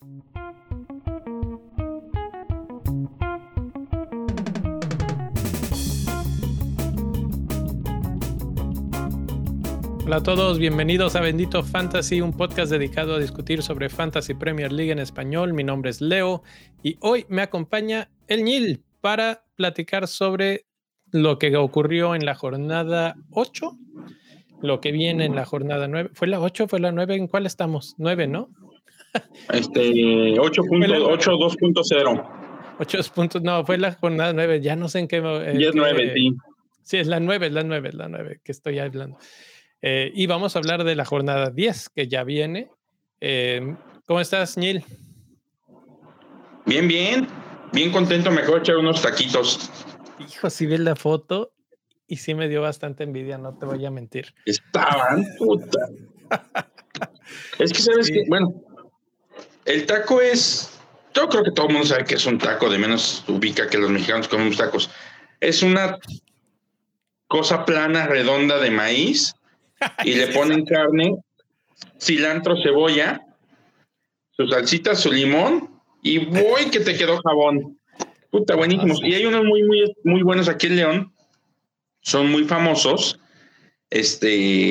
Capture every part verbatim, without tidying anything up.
Hola a todos, bienvenidos a Bendito Fantasy, un podcast dedicado a discutir sobre Fantasy Premier League en español. Mi nombre es Leo y hoy me acompaña el Nil para platicar sobre lo que ocurrió en la jornada ocho, lo que viene en la jornada nueve. ¿Fue la ocho? ¿Fue la nueve? ¿En cuál estamos? nueve, ¿no? Este, ocho dos punto cero. ocho puntos, no, fue la jornada nueve, ya no sé en qué. Eh, y es qué, nueve, sí. Sí, es la nueve, es la nueve, es la nueve que estoy hablando. Eh, y vamos a hablar de la jornada diez que ya viene. Eh, ¿Cómo estás, Nil? Bien, bien. Bien contento. Me acabo de echar unos taquitos. Hijo, sí vi la foto y sí me dio bastante envidia, no te voy a mentir. Estaban, puta. Es que sabes sí. que, bueno, el taco es. Yo creo que todo el mundo sabe que es un taco, de menos ubica que los mexicanos comemos tacos. Es una cosa plana, redonda de maíz. Y le ponen carne, cilantro, cebolla, su salsita, su limón, y voy que te quedó jabón. Puta, buenísimos. Y hay unos muy, muy, muy buenos aquí en León. Son muy famosos. Este.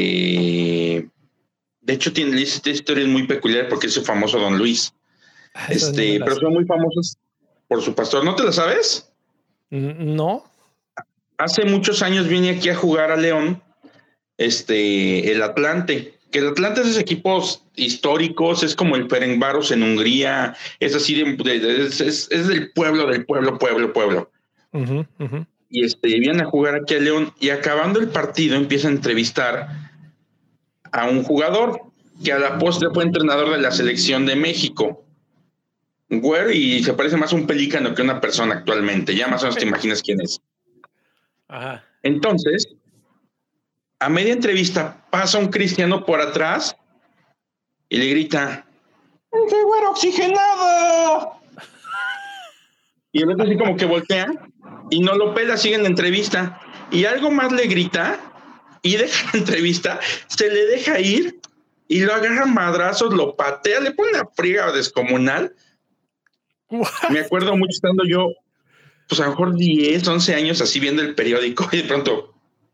De hecho, tiene esta historia es muy peculiar porque es su famoso Don Luis. Este, no pero son muy famosos por su pastor. ¿No te lo sabes? No. Hace muchos años vine aquí a jugar a León. Este, el Atlante, que el Atlante es de esos equipos históricos, es como el Ferencváros en Hungría, es así, de, de, es, es, es del pueblo, del pueblo, pueblo, pueblo. Uh-huh, uh-huh. Y este, vienen a jugar aquí a León y acabando el partido empieza a entrevistar a un jugador que a la postre fue entrenador de la selección de México. Güey, y se parece más a un pelícano que una persona actualmente, ya más o menos te imaginas quién es. Ajá. Entonces, a media entrevista pasa un cristiano por atrás y le grita: ¡qué güero oxigenado! Y el otro así como que voltea y no lo pela, sigue en la entrevista. Y algo más le grita y deja la entrevista, se le deja ir y lo agarra a madrazos, lo patea, le pone una friega descomunal. What? Me acuerdo mucho estando yo, pues a lo mejor diez, once años así viendo el periódico y de pronto...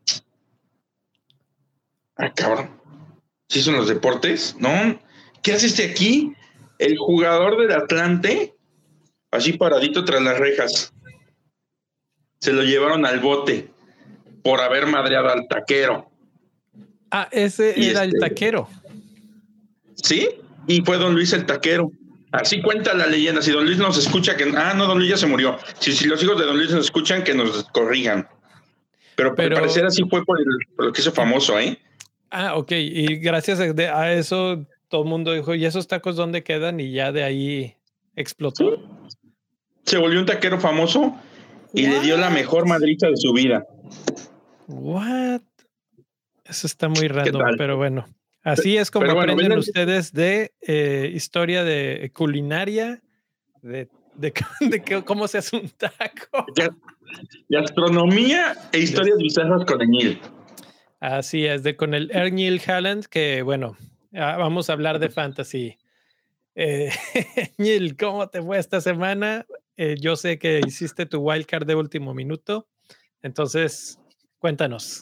Ah, cabrón. ¿Sí son los deportes? ¿No? ¿Qué hace este aquí? El jugador del Atlante, así paradito tras las rejas. Se lo llevaron al bote por haber madreado al taquero. Ah, ese y era este, el taquero. Sí, y fue Don Luis el taquero. Así cuenta la leyenda. Si Don Luis nos escucha, que... Ah, no, Don Luis ya se murió. Si, si los hijos de Don Luis nos escuchan, que nos corrijan. Pero, Pero... al parecer así fue por, el, por lo que hizo famoso, ¿eh? Ah, ok. Y gracias a eso todo el mundo dijo, ¿y esos tacos dónde quedan? Y ya de ahí explotó. ¿Sí? Se volvió un taquero famoso y What? le dio la mejor madriza de su vida. What? Eso está muy random, pero bueno. Así es como bueno, aprenden ven, ustedes de eh, historia de culinaria, de, de, de, de cómo se hace un taco. Gastronomía e historias bizarras con Eñil. Así es, de con el Ernie Haaland, que bueno, vamos a hablar de fantasy. Eh, Nil, ¿cómo te fue esta semana? Eh, yo sé que hiciste tu wildcard de último minuto, entonces cuéntanos.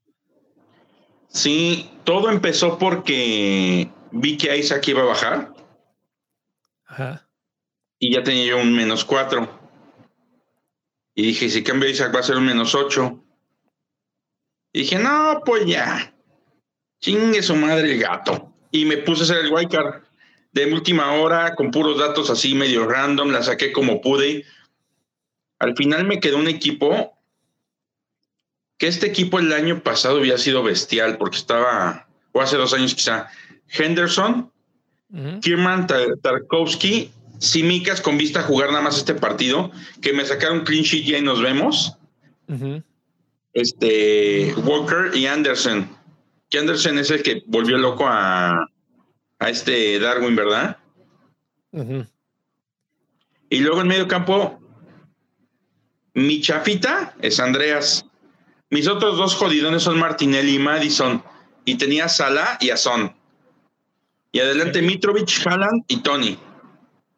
Sí, todo empezó porque vi que Isaac iba a bajar. Ajá. Y ya tenía yo un menos cuatro. Y dije, si cambio Isaac va a ser un menos ocho. Y dije, no, pues ya. Chingue su madre el gato. Y me puse a hacer el wildcard de última hora, con puros datos así medio random, la saqué como pude. Al final me quedó un equipo, que este equipo el año pasado había sido bestial, porque estaba, o hace dos años quizá, Henderson, uh-huh. Kierman, Tar- Tarkowski, Simicas con vista a jugar nada más este partido, que me sacaron clean sheet y ahí nos vemos. Uh-huh. Este, Walker y Anderson. Que Anderson es el que volvió loco a... a este Darwin, ¿verdad? Uh-huh. Y luego en medio campo, mi chafita es Andreas. Mis otros dos jodidones son Martinelli y Madison. Y tenía Salah y a Son. Y adelante Mitrovic, Haaland y Tony.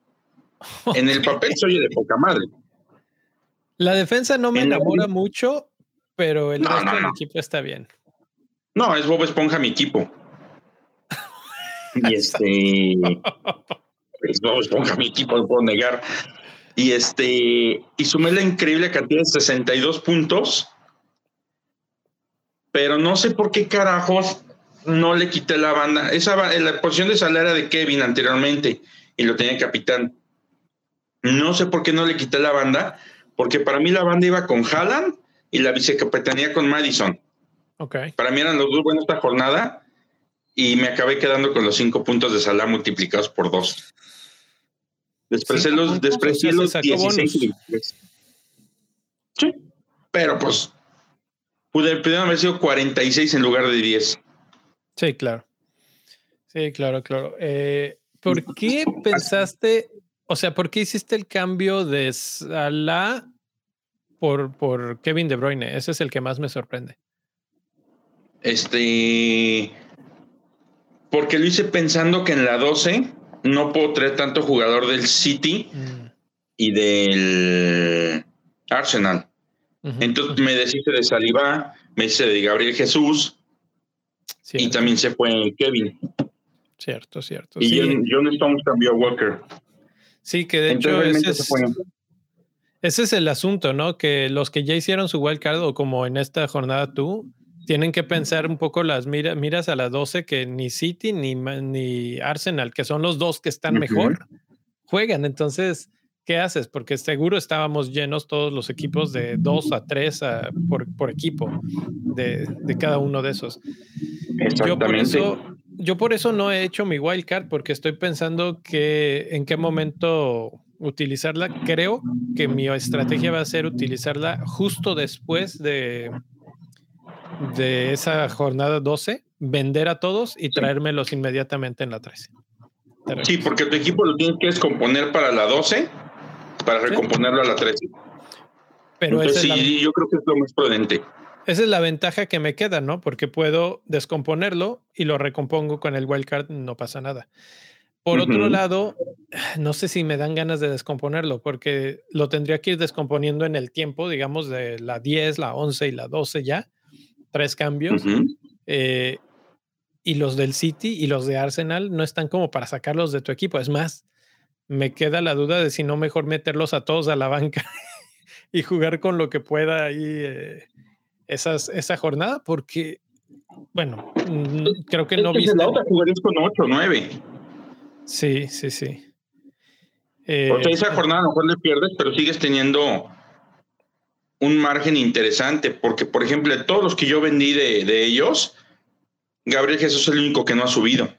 En el papel soy de poca madre. La defensa no me En enamora la... mucho, pero el no, resto no, del no. equipo está bien. No, es Bob Esponja mi equipo. Y este... es Bob Esponja mi equipo, no puedo negar. Y este... Y sumé la increíble cantidad de sesenta y dos puntos. Pero no sé por qué carajos no le quité la banda. Esa la posición de sala era de Kevin anteriormente y lo tenía capitán. No sé por qué no le quité la banda, porque para mí la banda iba con Haaland y la vicecapitanía con Madison. Okay. Para mí eran los dos buenos esta jornada y me acabé quedando con los cinco puntos de Salah multiplicados por dos. Desprecié los, puntos, desprecié o sea, los dieciséis. Sí, pero pues pude, pudieron haber sido cuarenta y seis en lugar de diez. Sí, claro. Sí, claro, claro. Eh, ¿Por qué pensaste, o sea, por qué hiciste el cambio de Salah por, por Kevin De Bruyne? Ese es el que más me sorprende. Este, porque lo hice pensando que en la doce no puedo traer tanto jugador del City mm. y del Arsenal. Uh-huh, Entonces uh-huh. me deshice de Saliba, me hice de Gabriel Jesús. Cierto. Y también se fue Kevin. Cierto, cierto. Y sí. John, John Stones cambió a Walker. Sí, que de Entonces, hecho ese es, ese es el asunto, ¿no? Que los que ya hicieron su wildcard o como en esta jornada tú, tienen que pensar un poco las mira, miras a las doce que ni City ni, ni Arsenal, que son los dos que están uh-huh. mejor, juegan. Entonces, ¿qué haces? Porque seguro estábamos llenos todos los equipos de dos a tres a, por, por equipo de, de cada uno de esos. Exactamente. Yo por, eso, yo por eso no he hecho mi wildcard, porque estoy pensando que en qué momento utilizarla. Creo que mi estrategia va a ser utilizarla justo después de, de esa jornada doce, vender a todos y traérmelos inmediatamente en la trece. Sí, porque tu equipo lo tienes que descomponer para la doce, para recomponerlo ¿sí? a la trece. Pero Entonces, sí, la... yo creo que es lo más prudente. Esa es la ventaja que me queda, ¿no? Porque puedo descomponerlo y lo recompongo con el wildcard, no pasa nada. Por uh-huh. otro lado, no sé si me dan ganas de descomponerlo, porque lo tendría que ir descomponiendo en el tiempo, digamos, de la diez, la once y la doce ya. Tres cambios. Uh-huh. Eh, y los del City y los de Arsenal no están como para sacarlos de tu equipo. Es más, me queda la duda de si no mejor meterlos a todos a la banca y jugar con lo que pueda ahí eh, esas, esa jornada, porque, bueno, no, creo que es no que viste. La otra jugarías con ocho o nueve. Sí, sí, sí. Eh, o sea, esa jornada a lo mejor le pierdes, pero sigues teniendo un margen interesante, porque, por ejemplo, de todos los que yo vendí de, de ellos, Gabriel Jesús es el único que no ha subido.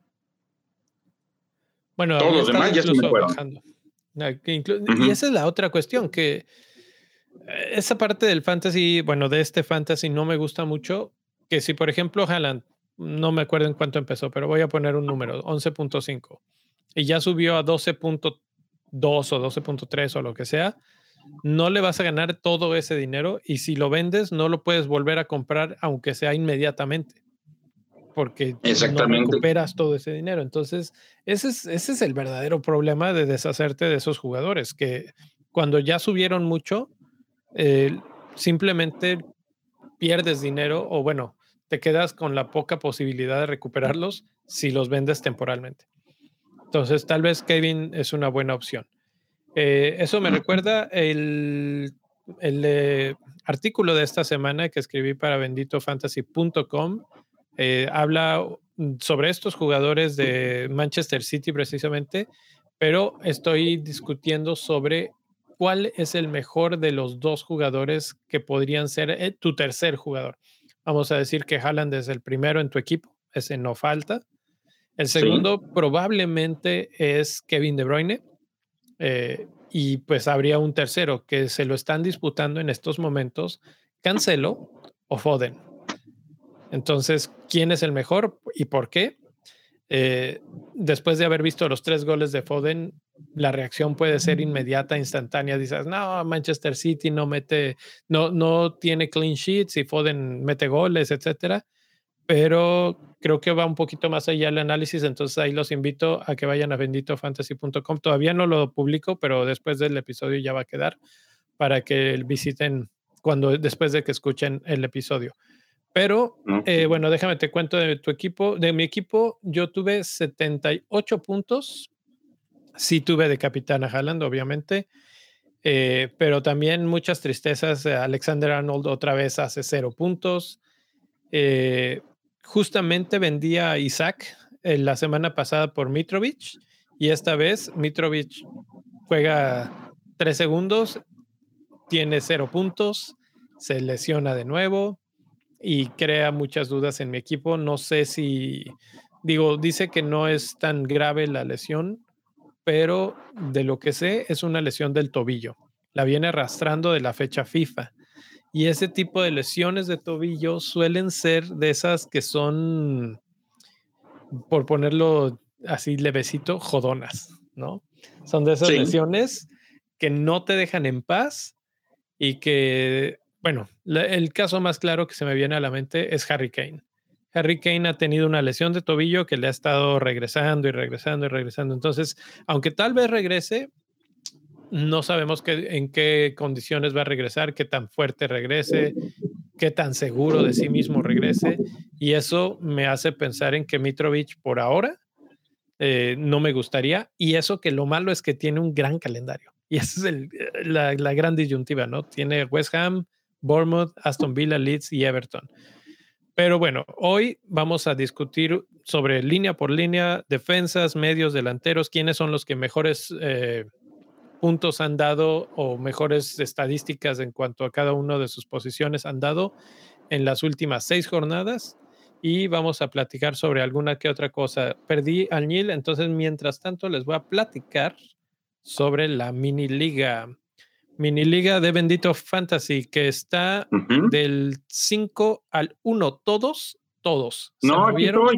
Bueno, todos los demás ya se me fueron. Bajando. Uh-huh. Y esa es la otra cuestión, que esa parte del fantasy, bueno, de este fantasy no me gusta mucho, que si por ejemplo Haaland, no me acuerdo en cuánto empezó, pero voy a poner un número, once punto cinco, y ya subió a doce punto dos o doce punto tres o lo que sea, no le vas a ganar todo ese dinero, y si lo vendes no lo puedes volver a comprar aunque sea inmediatamente, porque no recuperas todo ese dinero. Entonces ese es, ese es el verdadero problema de deshacerte de esos jugadores, que cuando ya subieron mucho, eh, simplemente pierdes dinero, o bueno, te quedas con la poca posibilidad de recuperarlos si los vendes temporalmente. Entonces tal vez Kevin es una buena opción. Eh, eso me recuerda el, el eh, artículo de esta semana que escribí para bendito fantasy punto com. Eh, habla sobre estos jugadores de Manchester City precisamente, pero estoy discutiendo sobre cuál es el mejor de los dos jugadores que podrían ser eh, tu tercer jugador. Vamos a decir que Haaland es el primero en tu equipo, ese no falta. El segundo sí. probablemente es Kevin De Bruyne, eh, y pues habría un tercero que se lo están disputando en estos momentos, Cancelo o Foden. Entonces, ¿quién es el mejor y por qué? Eh, después de haber visto los tres goles de Foden, la reacción puede ser inmediata, instantánea. Dices, no, Manchester City no mete, no, no tiene clean sheets y Foden mete goles, etcétera. pero creo que va un poquito más allá el análisis, entonces ahí los invito a que vayan a bendito fantasy punto com. Todavía no lo publico, pero después del episodio ya va a quedar para que visiten cuando después de que escuchen el episodio. Pero eh, bueno, déjame te cuento de tu equipo. De mi equipo, yo tuve setenta y ocho puntos. Sí tuve de capitán a Haaland, obviamente. Eh, pero también muchas tristezas. Alexander Arnold otra vez hace cero puntos. Eh, justamente vendí a Isaac eh, la semana pasada por Mitrovic. Y esta vez Mitrovic juega tres segundos, tiene cero puntos, se lesiona de nuevo y crea muchas dudas en mi equipo. No sé si, digo, dice que no es tan grave la lesión, pero de lo que sé es una lesión del tobillo. La viene arrastrando de la fecha FIFA. Y ese tipo de lesiones de tobillo suelen ser de esas que son, por ponerlo así levecito, jodonas, ¿no? Son de esas sí. lesiones que no te dejan en paz y que, bueno, la, el caso más claro que se me viene a la mente es Harry Kane. Harry Kane ha tenido una lesión de tobillo que le ha estado regresando y regresando y regresando. Entonces, aunque tal vez regrese, no sabemos qué, en qué condiciones va a regresar, qué tan fuerte regrese, qué tan seguro de sí mismo regrese. Y eso me hace pensar en que Mitrovic por ahora eh, no me gustaría. Y eso que lo malo es que tiene un gran calendario. Y esa es el, la, la gran disyuntiva, ¿no? Tiene West Ham, Bournemouth, Aston Villa, Leeds y Everton. Pero bueno, hoy vamos a discutir sobre línea por línea, defensas, medios, delanteros, quiénes son los que mejores eh, puntos han dado o mejores estadísticas en cuanto a cada una de sus posiciones han dado en las últimas seis jornadas. Y vamos a platicar sobre alguna que otra cosa. Perdí al Nil, entonces mientras tanto les voy a platicar sobre la mini liga. Mini liga de Bendito Fantasy, que está uh-huh. del cinco al uno. Todos, todos. No, se movieron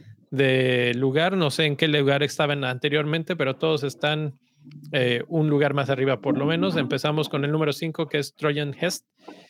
de lugar. No sé en qué lugar estaban anteriormente, pero todos están eh, un lugar más arriba por lo menos. Empezamos con el número cinco, que es Trojan Hest.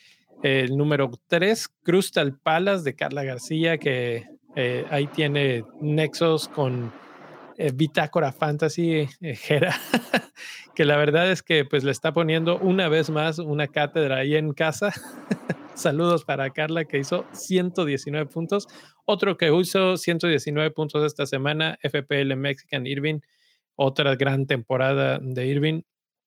El número tres, Crystal Palace de Carla García, que eh, ahí tiene nexos con eh, Bitácora Fantasy, eh, Jera, que la verdad es que pues le está poniendo una vez más una cátedra ahí en casa. Saludos para Carla, que hizo ciento diecinueve puntos. Otro que hizo ciento diecinueve puntos esta semana, F P L Mexican Irving, otra gran temporada de Irving.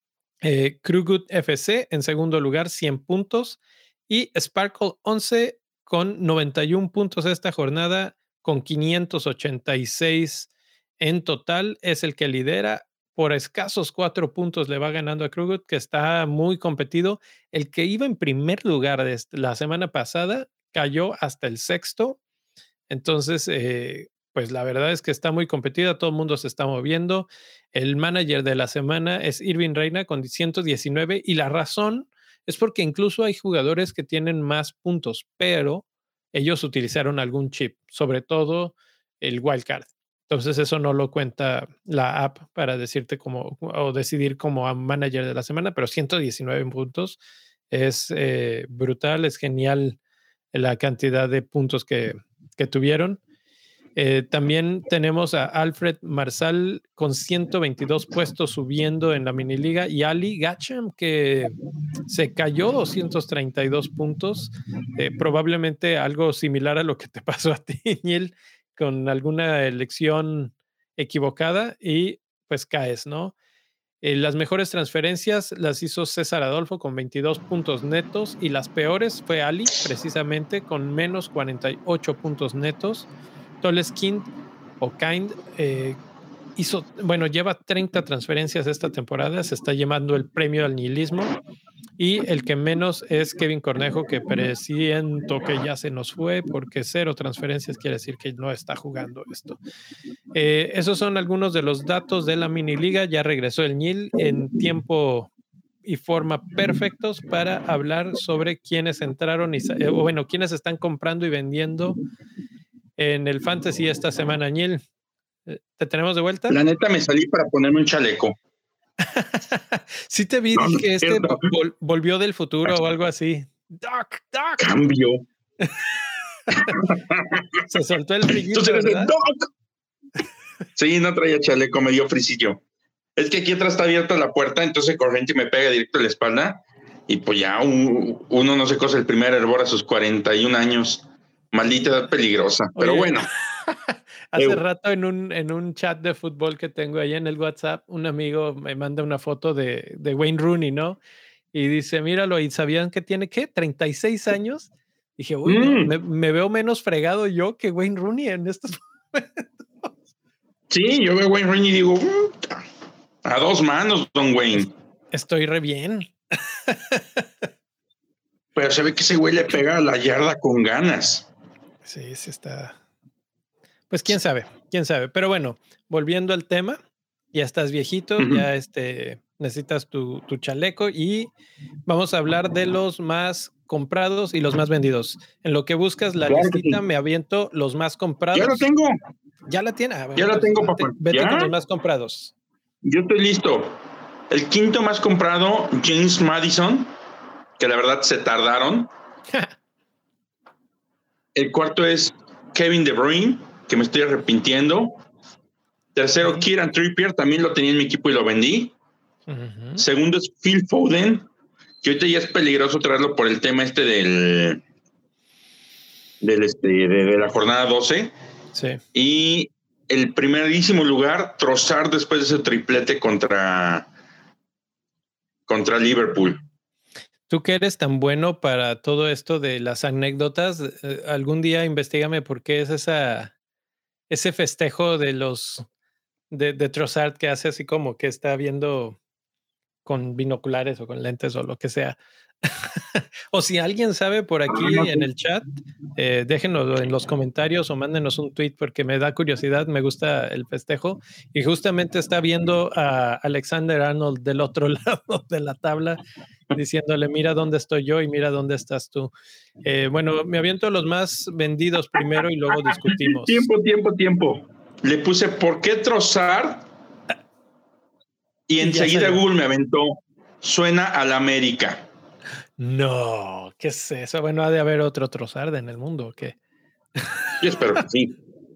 Eh, Krugud F C en segundo lugar, cien puntos. Y Sparkle once con noventa y uno puntos esta jornada, con quinientos ochenta y seis en total, es el que lidera. Por escasos cuatro puntos le va ganando a Krugud, que está muy competido. El que iba en primer lugar de la semana pasada cayó hasta el sexto. Entonces, eh, pues la verdad es que está muy competida, todo el mundo se está moviendo. El manager de la semana es Irving Reina con ciento diecinueve, y la razón es porque incluso hay jugadores que tienen más puntos, pero ellos utilizaron algún chip, sobre todo el wildcard. Entonces eso no lo cuenta la app para decirte cómo o decidir como manager de la semana, pero ciento diecinueve puntos es eh, brutal, es genial la cantidad de puntos que, que tuvieron. Eh, también tenemos a Alfred Marsal con ciento veintidós puestos subiendo en la mini liga, y Ali Gacham, que se cayó doscientos treinta y dos puntos, eh, probablemente algo similar a lo que te pasó a ti, Niel, con alguna elección equivocada y pues caes, ¿no? Eh, las mejores transferencias las hizo César Adolfo con veintidós puntos netos, y las peores fue Ali, precisamente con menos cuarenta y ocho puntos netos. Toleskind o Kind eh, hizo, bueno, lleva treinta transferencias esta temporada, se está llevando el premio al nihilismo. Y el que menos es Kevin Cornejo, que presiento que ya se nos fue, porque cero transferencias quiere decir que no está jugando esto. Eh, esos son algunos de los datos de la mini liga. Ya regresó el Nil en tiempo y forma perfectos para hablar sobre quiénes entraron y, eh, o bueno, quiénes están comprando y vendiendo en el Fantasy esta semana. Nil, ¿te tenemos de vuelta? La neta me salí para ponerme un chaleco. Sí te vi, no, dije, no este vol- volvió del futuro o algo así. Doc, Doc. Cambio. Se soltó el brillito, Entonces, ¿verdad? ¡Doc! Sí, no traía chaleco, me dio frisillo. Es que aquí atrás está abierta la puerta, entonces corriente me pega directo en la espalda. Y pues ya un, uno no se cose el primer hervor a sus cuarenta y un años. Maldita edad peligrosa. Oye, pero bueno. Hace Eu. rato en un, en un chat de fútbol que tengo ahí en el WhatsApp, un amigo me manda una foto de, de Wayne Rooney, ¿no? Y dice, míralo, ¿y sabían que tiene, qué, treinta y seis años? Dije, uy, no, Mm. me, me veo menos fregado yo que Wayne Rooney en estos momentos. Sí, yo veo a Wayne Rooney y digo, mm, a dos manos, don Wayne. Estoy re bien. Pero se ve que ese güey le pega a la yarda con ganas. Sí, sí está. Pues quién sabe, quién sabe. Pero bueno, volviendo al tema, ya estás viejito, uh-huh. ya este, necesitas tu, tu chaleco y vamos a hablar de los más comprados y los más vendidos. En lo que buscas la claro listita, sí. me aviento los más comprados. Ya lo tengo. Ya la tiene. Ah, bueno, ya la tengo, vete, papá. Vete ¿Ya? con los más comprados. Yo estoy listo. El quinto más comprado, James Madison, que la verdad se tardaron. El cuarto es Kevin De Bruyne, que me estoy arrepintiendo. Tercero, sí. Kieran Trippier, también lo tenía en mi equipo y lo vendí. Uh-huh. Segundo es Phil Foden, que ahorita ya es peligroso traerlo por el tema este del, del este, de, de la jornada doce. Sí. Y el primerísimo lugar, Trossard, después de ese triplete contra, contra Liverpool. Tú que eres tan bueno para todo esto de las anécdotas, eh, algún día investígame por qué es esa, ese festejo de los de, de Trossard que hace así como que está viendo con binoculares o con lentes o lo que sea. O si alguien sabe por aquí en el chat, eh, déjenoslo en los comentarios o mándenos un tweet porque me da curiosidad, me gusta el festejo. Y justamente está viendo a Alexander Arnold del otro lado de la tabla diciéndole, mira dónde estoy yo y mira dónde estás tú. Eh, bueno, me aviento los más vendidos primero y luego discutimos. Tiempo, tiempo, tiempo. Le puse ¿por qué Trossard? Y, y enseguida Google me aventó, suena a la América. No, ¿qué es eso? Bueno, ha de haber otro Trossard en el mundo, ¿o qué? Yo espero que sí.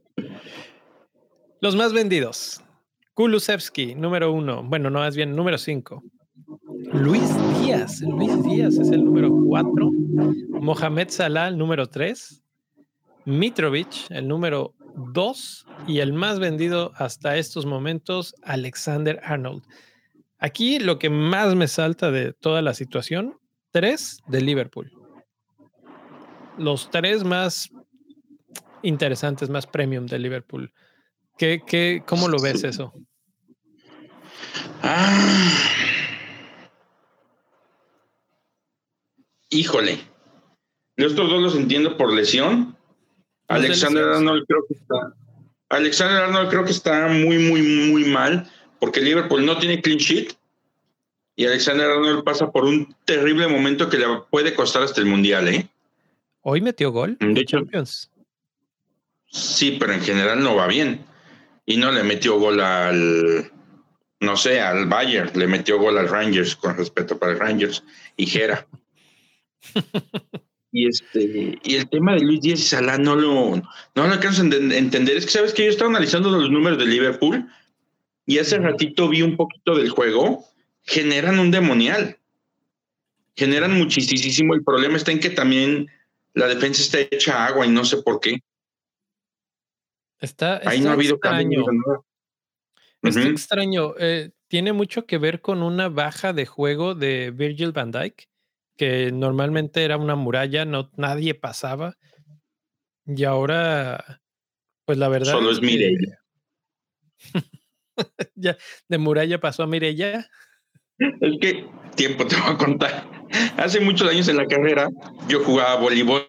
Los más vendidos. Kulusevski, número uno. Bueno, no, más bien número cinco. Luis Díaz. Luis Díaz es el número cuatro. Mohamed Salah, el número tres. Mitrovic, el número dos. Y el más vendido hasta estos momentos, Alexander Arnold. Aquí lo que más me salta de toda la situación, tres de Liverpool. Los tres más interesantes, más premium de Liverpool. ¿Qué, qué, ¿Cómo lo ves eso? Ah, híjole. Los otros dos los entiendo por lesión. Los Alexander Arnold creo que está. Alexander Arnold creo que está muy, muy, muy mal porque Liverpool no tiene clean sheet y Alexander Arnold pasa por un terrible momento que le puede costar hasta el Mundial, ¿eh? Hoy metió gol de en hecho, Champions. Sí, pero en general no va bien. Y no le metió gol al, no sé, al Bayern, le metió gol al Rangers, con respeto para el Rangers, y Gera. y este y el tema de Luis Díaz y Salah no lo, no lo alcanzo a entender. Es que sabes que yo estaba analizando los números de Liverpool y hace ratito vi un poquito del juego. Generan un demonial. Generan muchísimo. El problema está en que también la defensa está hecha agua y no sé por qué. Está, está Ahí no ha habido extraño. cambio. Está uh-huh. extraño. Eh, tiene mucho que ver con una baja de juego de Virgil van Dijk, que normalmente era una muralla, no, nadie pasaba. Y ahora, pues la verdad Solo es, es que... Mireia. Ya, de muralla pasó a Mireia. Es que, tiempo te voy a contar. Hace muchos años en la carrera, yo jugaba voleibol.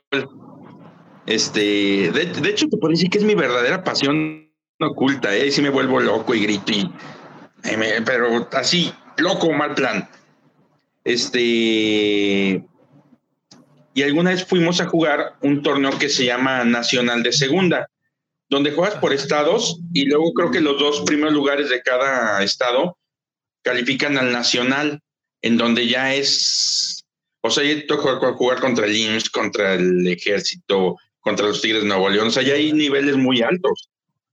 Este, de, de hecho, te puedo decir que es mi verdadera pasión oculta, ¿eh? Sí me vuelvo loco y grito, y, y me, pero así, loco, mal plan. Este, y alguna vez fuimos a jugar un torneo que se llama Nacional de Segunda, donde juegas por estados y luego creo que los dos primeros lugares de cada estado califican al nacional, en donde ya es, o sea, yo toca jugar contra el I M S S, contra el Ejército, contra los Tigres de Nuevo León. O sea, ya hay niveles muy altos.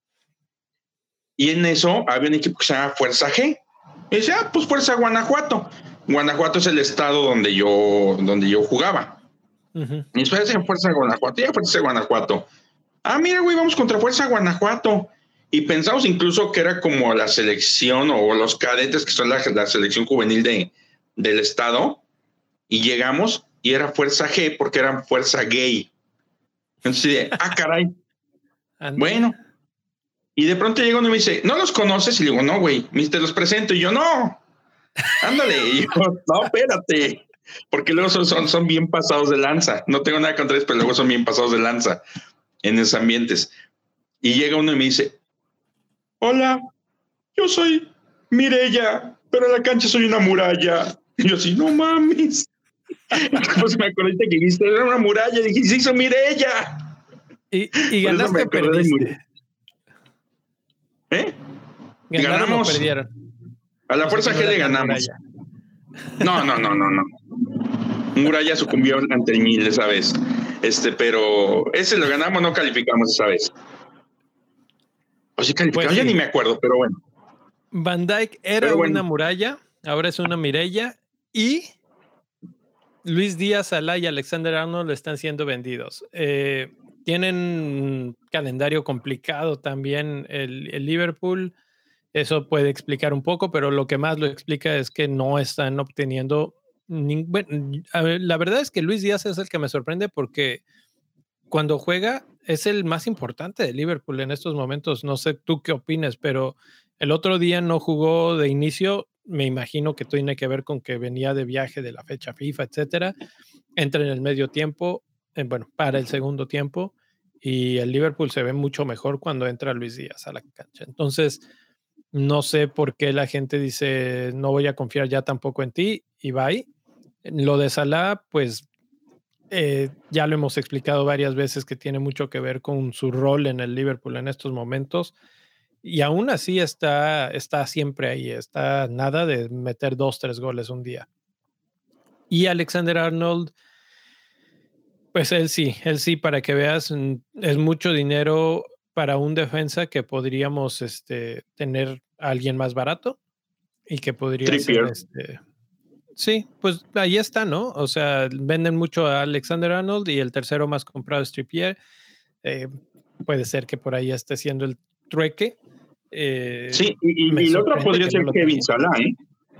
Y en eso había un equipo que se llama Fuerza G. Y dice, ah, pues Fuerza Guanajuato. Guanajuato es el estado donde yo, donde yo jugaba. Uh-huh. Y después en Fuerza Guanajuato, ya Fuerza Guanajuato. Ah, mira, güey, vamos contra Fuerza Guanajuato. Y pensamos incluso que era como la selección o los cadetes, que son la, la selección juvenil de, del estado. Y llegamos y era Fuerza G porque eran Fuerza Gay. Entonces, ah, caray. Bueno. Y de pronto llega uno y me dice, ¿no los conoces? Y le digo, no, güey, te los presento. Y yo, no, ándale. Y yo, no, espérate. Porque luego son, son, son bien pasados de lanza. No tengo nada contra ellos, pero luego son bien pasados de lanza en esos ambientes. Y llega uno y me dice, hola, yo soy Mireya, pero en la cancha soy una muralla. Y yo así, no mames. Pues me acordé que viste, era una muralla. Y dije, sí, soy Mireya. ¿Y, y ganaste o perdiste? ¿Eh? Ganamos. O perdieron. A la Fuerza G le ganamos. No, no, no, no, no. Muralla sucumbió ante el Mil esa vez. Este, pero ese lo ganamos, no calificamos esa vez. O sí calificamos, pues sí. Ya ni me acuerdo, pero bueno. Van Dyke era bueno. Una muralla, ahora es una Mireya, y Luis Díaz, Alá y Alexander Arnold están siendo vendidos. Eh, tienen un calendario complicado también el, el Liverpool. Eso puede explicar un poco, pero lo que más lo explica es que no están obteniendo ni, bueno, a ver, la verdad es que Luis Díaz es el que me sorprende porque cuando juega es el más importante de Liverpool en estos momentos. No sé tú qué opinas, pero el otro día no jugó de inicio. Me imagino que tiene que ver con que venía de viaje de la fecha FIFA, etcétera. Entra en el medio tiempo, eh, bueno, para el segundo tiempo, y el Liverpool se ve mucho mejor cuando entra Luis Díaz a la cancha. Entonces, no sé por qué la gente dice no voy a confiar ya tampoco en ti, y bye. Lo de Salah, pues eh, ya lo hemos explicado varias veces que tiene mucho que ver con su rol en el Liverpool en estos momentos. Y aún así está, está siempre ahí, está nada de meter dos, tres goles un día. Y Alexander Arnold, pues él sí, él sí, para que veas, es mucho dinero para un defensa que podríamos este, tener a alguien más barato y que podría Trippier. ser este. Sí, pues ahí está, ¿no? O sea, venden mucho a Alexander Arnold y el tercero más comprado es Trippier. Eh, puede ser que por ahí esté siendo el trueque. Eh, sí, y, y el otro podría ser no Kevin Salah, ¿eh?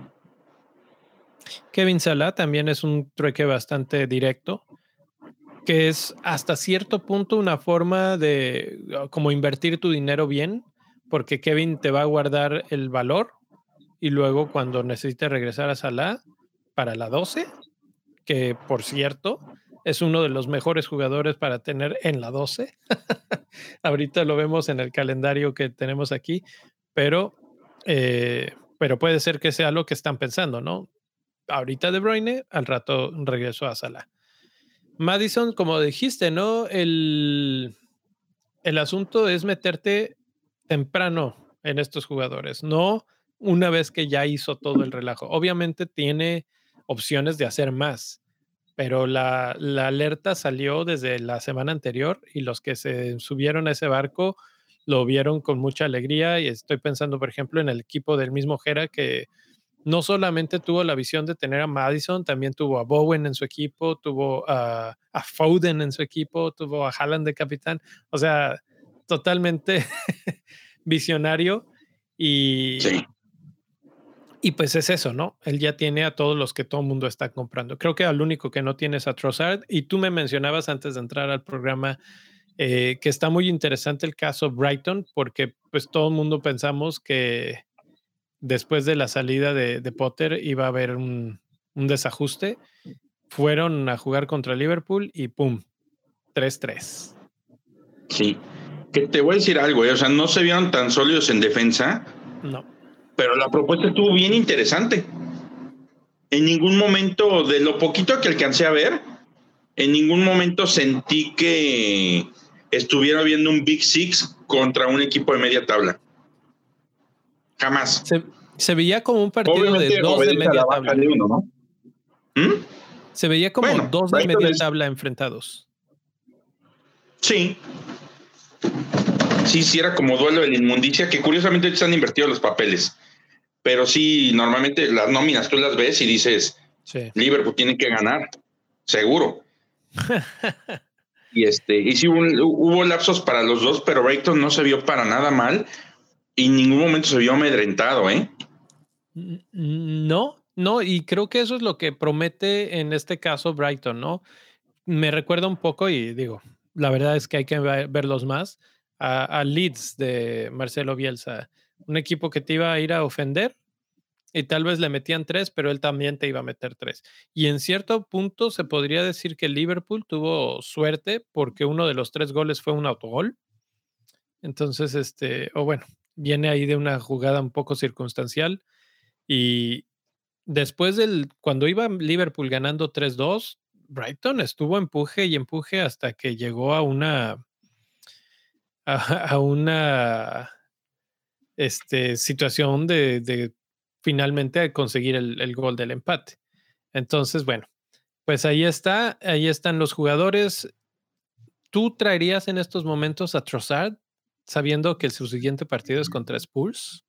Kevin Salah también es un trueque bastante directo, que es hasta cierto punto una forma de como invertir tu dinero bien, porque Kevin te va a guardar el valor y luego cuando necesite regresar a Salah para la doce, que por cierto es uno de los mejores jugadores para tener en la doce. Ahorita lo vemos en el calendario que tenemos aquí, pero, eh, pero puede ser que sea lo que están pensando, ¿no? Ahorita De Bruyne, al rato regreso a Salah. Maddison, como dijiste, ¿no? El, el asunto es meterte temprano en estos jugadores, no una vez que ya hizo todo el relajo. Obviamente tiene opciones de hacer más, pero la, la alerta salió desde la semana anterior y los que se subieron a ese barco lo vieron con mucha alegría, y estoy pensando, por ejemplo, en el equipo del mismo Jera, que no solamente tuvo la visión de tener a Maddison, también tuvo a Bowen en su equipo, tuvo a, a Foden en su equipo, tuvo a Haaland de capitán, o sea, totalmente visionario y... Sí. Y pues es eso, ¿no? Él ya tiene a todos los que todo el mundo está comprando. Creo que al único que no tiene es a Trossard. Y tú me mencionabas antes de entrar al programa eh, que está muy interesante el caso Brighton, porque pues todo el mundo pensamos que después de la salida de, de Potter iba a haber un, un desajuste. Fueron a jugar contra Liverpool y ¡pum! tres tres. Sí. Que te voy a decir algo, ¿eh? O sea, no se vieron tan sólidos en defensa. No. Pero la propuesta estuvo bien interesante. En ningún momento, de lo poquito que alcancé a ver, en ningún momento sentí que estuviera viendo un Big Six contra un equipo de media tabla. Jamás. Se, se veía como un partido Obviamente, de dos de media tabla. De uno, ¿no? ¿Mm? Se veía como bueno, dos de media es... tabla enfrentados. Sí. Sí, sí, era como duelo de la inmundicia, que curiosamente están invertidos los papeles. Pero sí, normalmente las nóminas tú las ves y dices, sí. Liverpool tiene que ganar, seguro. y este y sí hubo, hubo lapsos para los dos, pero Brighton no se vio para nada mal y en ningún momento se vio amedrentado, ¿eh? No, no, y creo que eso es lo que promete en este caso Brighton, ¿no? Me recuerda un poco, y digo, la verdad es que hay que verlos más, a, a Leeds de Marcelo Bielsa, un equipo que te iba a ir a ofender y tal vez le metían tres, pero él también te iba a meter tres. Y en cierto punto se podría decir que Liverpool tuvo suerte porque uno de los tres goles fue un autogol. Entonces, este, o bueno, viene ahí de una jugada un poco circunstancial. Y después del, cuando iba Liverpool ganando tres dos, Brighton estuvo empuje y empuje hasta que llegó a una, a, a una este, situación de, de finalmente conseguir el, el gol del empate. Entonces, bueno, pues ahí está, ahí están los jugadores. ¿Tú traerías en estos momentos a Trossard sabiendo que su siguiente partido es contra Spurs?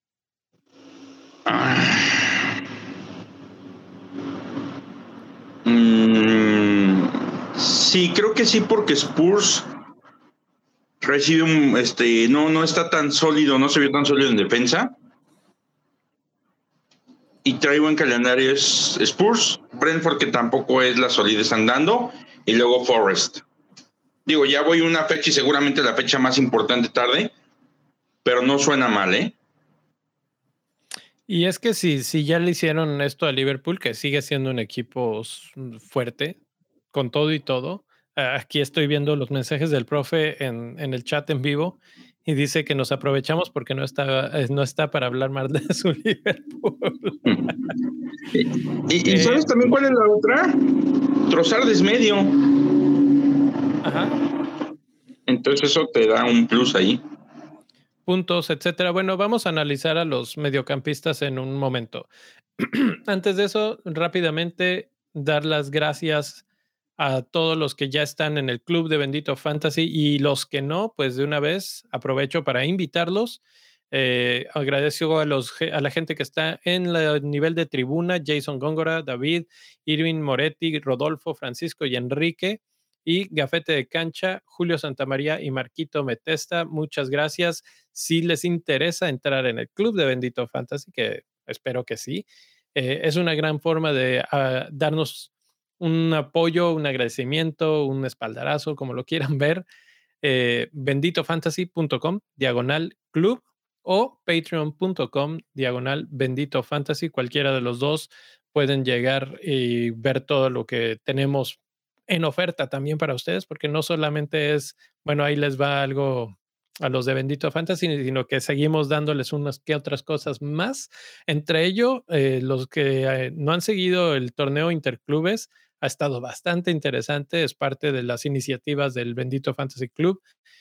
Mm, sí, creo que sí, porque Spurs recibe un, este, no, no está tan sólido, no se vio tan sólido en defensa. Y trae buen calendario es Spurs, Brentford, que tampoco es la solidez andando, y luego Forest. Digo, ya voy una fecha y seguramente la fecha más importante tarde, pero no suena mal, ¿eh? Y es que si, si ya le hicieron esto a Liverpool, que sigue siendo un equipo fuerte, con todo y todo. Aquí estoy viendo los mensajes del profe en, en el chat en vivo y dice que nos aprovechamos porque no está, no está para hablar más de su Liverpool. ¿Y, y sabes eh, también cuál es la otra? Trossard es medio. Ajá. Entonces eso te da un plus ahí. Puntos, etcétera. Bueno, vamos a analizar a los mediocampistas en un momento. Antes de eso, rápidamente dar las gracias a todos los que ya están en el club de Bendito Fantasy y los que no, pues de una vez aprovecho para invitarlos. Eh, agradezco a, los, a la gente que está en el nivel de tribuna: Jason Góngora, David, Irving Moretti, Rodolfo, Francisco y Enrique. Y Gafete de Cancha, Julio Santamaría y Marquito Metesta. Muchas gracias. Si les interesa entrar en el club de Bendito Fantasy, que espero que sí, eh, es una gran forma de uh, darnos un apoyo, un agradecimiento, un espaldarazo, como lo quieran ver. Eh, benditofantasy punto com diagonal club o patreon punto com diagonal bendito fantasy. Cualquiera de los dos pueden llegar y ver todo lo que tenemos en oferta también para ustedes, porque no solamente es, bueno, ahí les va algo a los de Bendito Fantasy, sino que seguimos dándoles unas que otras cosas más. Entre ello, eh, los que eh, no han seguido el torneo Interclubes, ha estado bastante interesante, es parte de las iniciativas del Bendito Fantasy Club.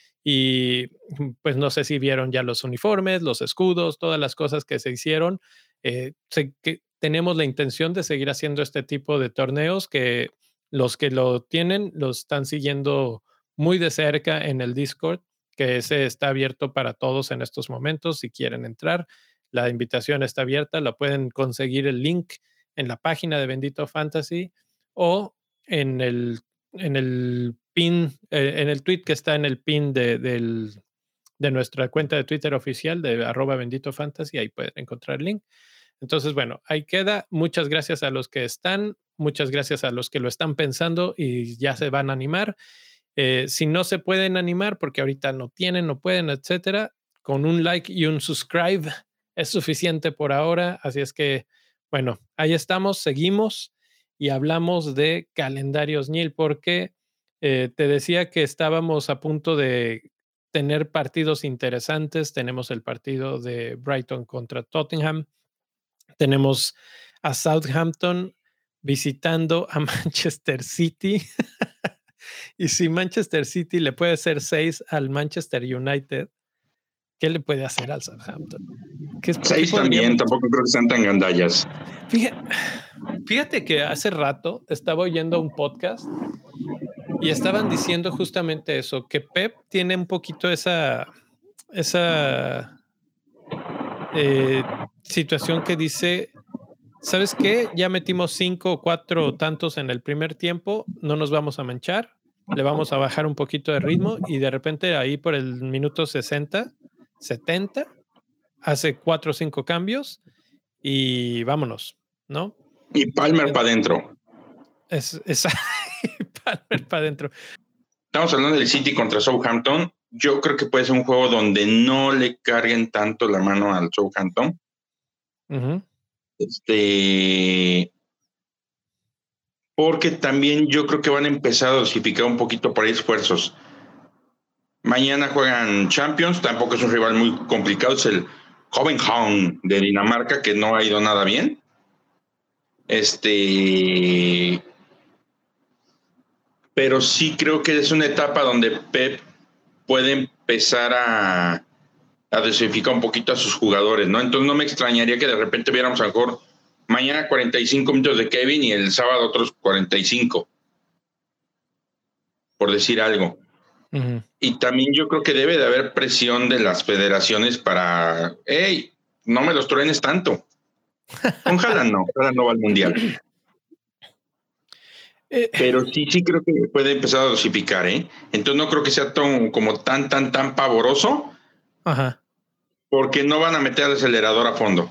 Y pues no sé si vieron ya los uniformes, los escudos, todas las cosas que se hicieron. Eh, sé que tenemos la intención de seguir haciendo este tipo de torneos, que los que lo tienen lo están siguiendo muy de cerca en el Discord, que ese está abierto para todos en estos momentos. Si quieren entrar, la invitación está abierta, la pueden conseguir el link en la página de Bendito Fantasy o en el, en el pin, eh, en el tweet que está en el pin de, del, de nuestra cuenta de Twitter oficial de arroba Bendito Fantasy, ahí pueden encontrar el link. Entonces, bueno, ahí queda. Muchas gracias a los que están, muchas gracias a los que lo están pensando y ya se van a animar. Eh, si no se pueden animar porque ahorita no tienen, no pueden, etcétera, con un like y un subscribe es suficiente por ahora. Así es que, bueno, ahí estamos, seguimos y hablamos de calendarios, Neil, porque eh, te decía que estábamos a punto de tener partidos interesantes. Tenemos el partido de Brighton contra Tottenham. Tenemos a Southampton visitando a Manchester City. Y si Manchester City le puede hacer seis al Manchester United, ¿qué le puede hacer al Southampton? ¿Qué, seis qué también, tampoco creo que sean tan gandallas. Fíjate, fíjate que hace rato estaba oyendo un podcast Y estaban diciendo justamente eso, que Pep tiene un poquito esa, esa eh, situación que dice, ¿sabes qué? Ya metimos cinco o cuatro tantos en el primer tiempo, no nos vamos a manchar, le vamos a bajar un poquito de ritmo y de repente ahí por el minuto sesenta, setenta, hace cuatro o cinco cambios y vámonos, ¿no? Y Palmer para adentro. Es, es Palmer para adentro. Estamos hablando del City contra Southampton. Yo creo que puede ser un juego donde no le carguen tanto la mano al Southampton. Uh-huh. Este, porque también yo creo que van a empezar a dosificar un poquito por ahí esfuerzos. Mañana juegan Champions, tampoco es un rival muy complicado, es el Copenhagen de Dinamarca, que no ha ido nada bien. Este, pero sí creo que es una etapa donde Pep puede empezar a, a dosificar un poquito a sus jugadores, ¿no? Entonces no me extrañaría que de repente viéramos a lo mejor mañana cuarenta y cinco minutos de Kevin y el sábado otros cuarenta y cinco, por decir algo. Uh-huh. Y también yo creo que debe de haber presión de las federaciones para, hey, no me los truenes tanto. Con Haaland no, Haaland no va al Mundial. Pero sí, sí creo que puede empezar a dosificar, ¿eh? Entonces no creo que sea tan, como tan, tan, tan pavoroso. Ajá. Porque no van a meter el acelerador a fondo.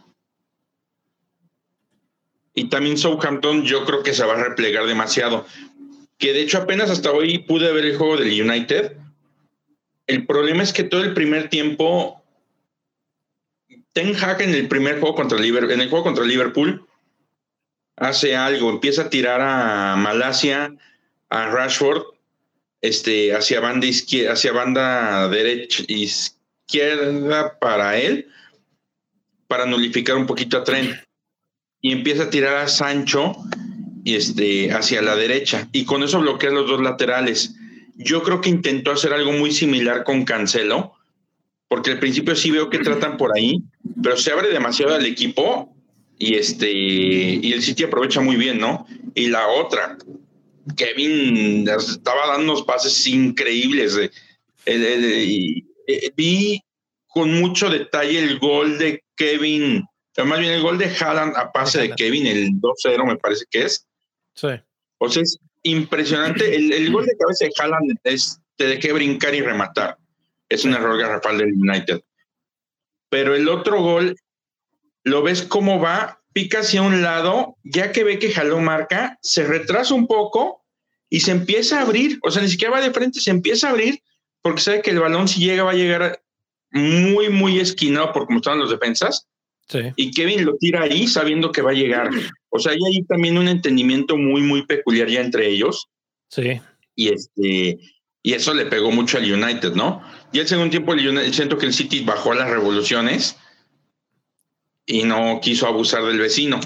Y también Southampton yo creo que se va a replegar demasiado. Que de hecho apenas hasta hoy pude ver el juego del United. El problema es que todo el primer tiempo Ten Hag en el primer juego contra Liverpool, en el juego contra Liverpool, hace algo, empieza a tirar a Malacia, a Rashford, este, hacia banda izquierda, hacia banda derecha, izquierda para él, para nulificar un poquito a Trent. Y empieza a tirar a Sancho y este, hacia la derecha. Y con eso bloquea los dos laterales. Yo creo que intentó hacer algo muy similar con Cancelo, porque al principio sí veo que tratan por ahí, pero se abre demasiado al equipo y este y el City aprovecha muy bien, ¿no? Y la otra, Kevin estaba dando unos pases increíbles. Eh, eh, eh, vi con mucho detalle el gol de Kevin, más bien el gol de Haaland a pase de, de Kevin, el dos cero me parece que es. Sí. O sea, es impresionante. El, el gol de cabeza de Haaland es te dejé brincar y rematar. Es un error garrafal del United. Pero el otro gol, lo ves cómo va, pica hacia un lado, ya que ve que jaló marca, se retrasa un poco y se empieza a abrir. O sea, ni siquiera va de frente, se empieza a abrir porque sabe que el balón si llega va a llegar muy, muy esquinado por cómo estaban los defensas. Sí. Y Kevin lo tira ahí sabiendo que va a llegar. O sea, hay ahí también un entendimiento muy, muy peculiar ya entre ellos. Sí. Y este... Y eso le pegó mucho al United, ¿no? Y el segundo tiempo el United, siento que el City bajó a las revoluciones y no quiso abusar del vecino.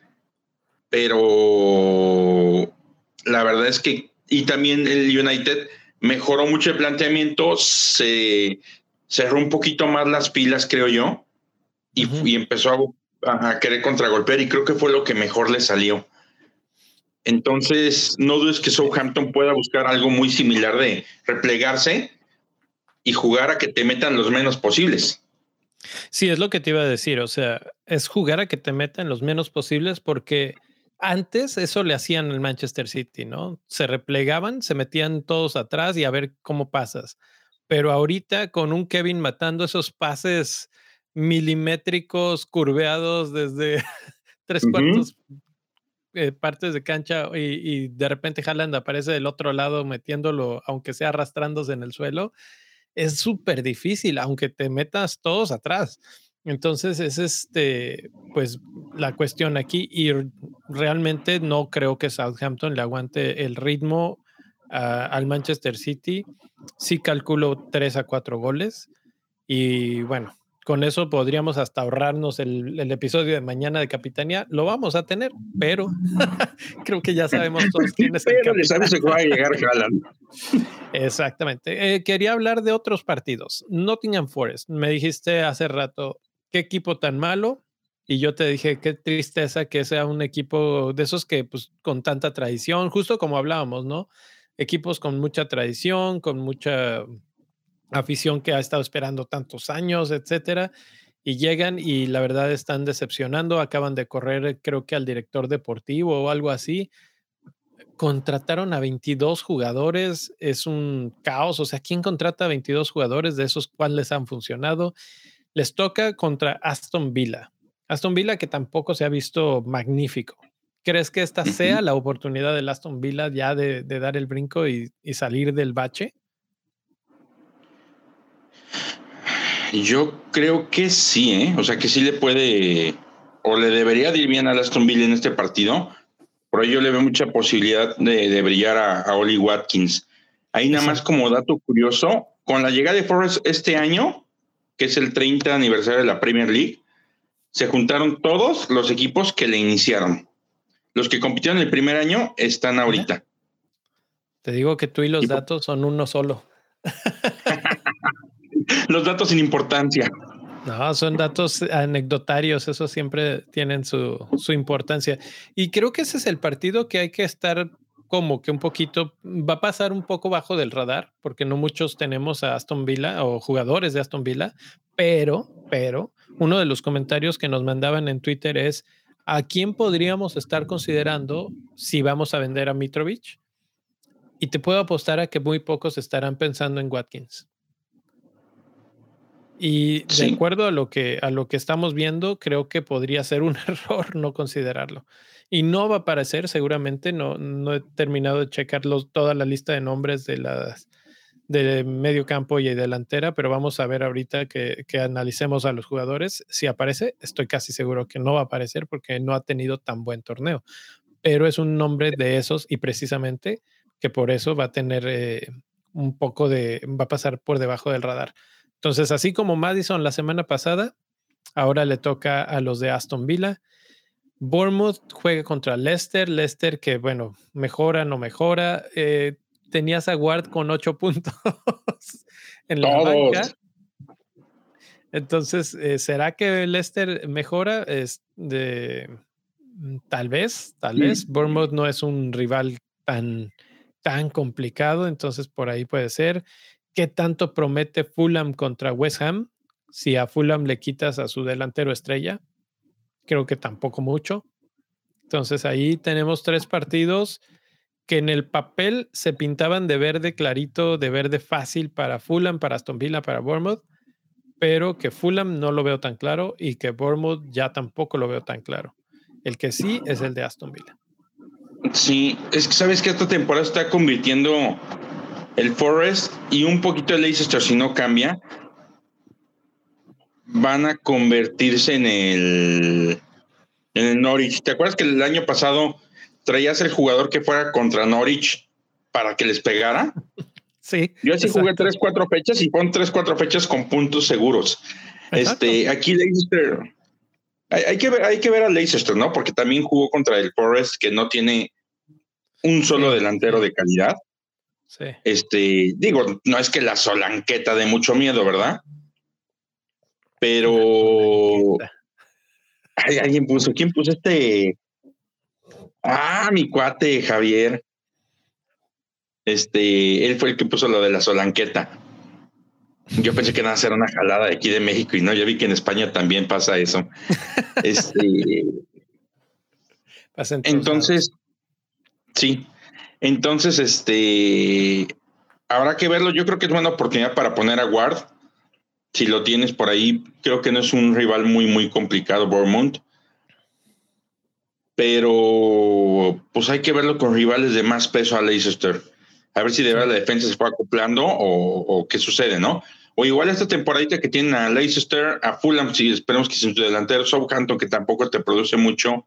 Pero la verdad es que, y también el United mejoró mucho el planteamiento, se cerró un poquito más las pilas, creo yo, y, uh-huh. y empezó a, a querer contragolpear, y creo que fue lo que mejor le salió. Entonces, no dudes que Southampton pueda buscar algo muy similar de replegarse y jugar a que te metan los menos posibles. Sí, es lo que te iba a decir. O sea, es jugar a que te metan los menos posibles porque antes eso le hacían al Manchester City, ¿no? Se replegaban, se metían todos atrás y a ver cómo pasas. Pero ahorita con un Kevin matando esos pases milimétricos, curveados desde tres uh-huh. cuartos Eh, partes de cancha y, y de repente Haaland aparece del otro lado metiéndolo, aunque sea arrastrándose en el suelo, es súper difícil, aunque te metas todos atrás. Entonces es este, pues la cuestión aquí y realmente no creo que Southampton le aguante el ritmo uh, al Manchester City. Sí calculo tres a cuatro goles y bueno, con eso podríamos hasta ahorrarnos el, el episodio de mañana de Capitanía. Lo vamos a tener, pero creo que ya sabemos todos quién es el capitán. Pero le sabes que va a llegar Haaland. Exactamente. Eh, quería hablar de otros partidos. Nottingham Forest. Me dijiste hace rato, qué equipo tan malo. Y yo te dije, qué tristeza que sea un equipo de esos que, pues, con tanta tradición, justo como hablábamos, ¿no? equipos con mucha tradición, con mucha afición que ha estado esperando tantos años, etcétera, y llegan y la verdad están decepcionando. Acaban de correr, creo que al director deportivo o algo así. Contrataron a veintidós jugadores, es un caos. O sea, ¿quién contrata a veintidós jugadores? De esos, ¿cuáles han funcionado? Les toca contra Aston Villa. Aston Villa que tampoco se ha visto magnífico. ¿Crees que esta sea la oportunidad del Aston Villa ya de, de dar el brinco y, y salir del bache? Yo creo que sí, ¿eh? O sea, que sí le puede o le debería de ir bien al Aston Villa en este partido. Por ahí yo le veo mucha posibilidad de, de brillar a, a Oli Watkins. Ahí nada más como dato curioso, con la llegada de Forrest este año, que es el treinta aniversario de la Premier League, se juntaron todos los equipos que le iniciaron. Los que compitieron el primer año están ahorita. Te digo que tú y los y datos son uno solo. Los datos sin importancia. No, son datos anecdotarios, eso siempre tienen su, su importancia. Y creo que ese es el partido que hay que estar como que un poquito, va a pasar un poco bajo del radar, porque no muchos tenemos a Aston Villa o jugadores de Aston Villa, pero, pero, uno de los comentarios que nos mandaban en Twitter es, ¿a quién podríamos estar considerando si vamos a vender a Mitrovic? Y te puedo apostar a que muy pocos estarán pensando en Watkins. Y de sí. acuerdo a lo que a lo que estamos viendo, creo que podría ser un error no considerarlo. Y no va a aparecer, seguramente, no, no he terminado de checar los, toda la lista de nombres de las de medio campo y delantera, pero vamos a ver ahorita que, que analicemos a los jugadores. Si aparece, estoy casi seguro que no va a aparecer porque no ha tenido tan buen torneo. Pero es un nombre de esos y precisamente que por eso va a tener eh, un poco de, va a pasar por debajo del radar. Entonces, así como Maddison la semana pasada, ahora le toca a los de Aston Villa. Bournemouth juega contra Leicester. Leicester que, bueno, mejora, no mejora. Eh, tenías a Ward con ocho puntos en la Todos. banca. Entonces, eh, ¿será que Leicester mejora? Es de, tal vez, tal vez. Mm. Bournemouth no es un rival tan, tan complicado, entonces por ahí puede ser. ¿Qué tanto promete Fulham contra West Ham? Si a Fulham le quitas a su delantero estrella, creo que tampoco mucho. Entonces ahí tenemos tres partidos que en el papel se pintaban de verde clarito, de verde fácil para Fulham, para Aston Villa, para Bournemouth, pero que Fulham no lo veo tan claro y que Bournemouth ya tampoco lo veo tan claro. El que sí es el de Aston Villa. Sí, es que sabes que esta temporada está convirtiendo el Forest y un poquito el Leicester, si no cambia, van a convertirse en el, en el Norwich. ¿Te acuerdas que el año pasado traías el jugador que fuera contra Norwich para que les pegara? Sí. Yo así exacto. Jugué tres, cuatro fechas y pon tres, cuatro fechas con puntos seguros. Exacto. Este, aquí Leicester, hay, hay, que ver, hay que ver a Leicester, ¿no? Porque también jugó contra el Forest, que no tiene un solo sí, delantero sí. de calidad. Sí. Este, digo, no es que la solanqueta de mucho miedo, ¿verdad? Pero ay, alguien puso, ¿quién puso este? Ah, mi cuate Javier. Este, él fue el que puso lo de la solanqueta. Yo pensé que iba a ser una jalada de aquí de México y no, ya vi que en España también pasa eso. Este, entonces, sí. Entonces, este, habrá que verlo. Yo creo que es buena oportunidad para poner a Ward. Si lo tienes por ahí, creo que no es un rival muy, muy complicado, Bournemouth. Pero, pues hay que verlo con rivales de más peso a Leicester. A ver si de verdad la defensa se fue acoplando o, o qué sucede, ¿no? O igual esta temporadita que tienen a Leicester, a Fulham, si esperemos que sea su delantero, Southampton, que tampoco te produce mucho.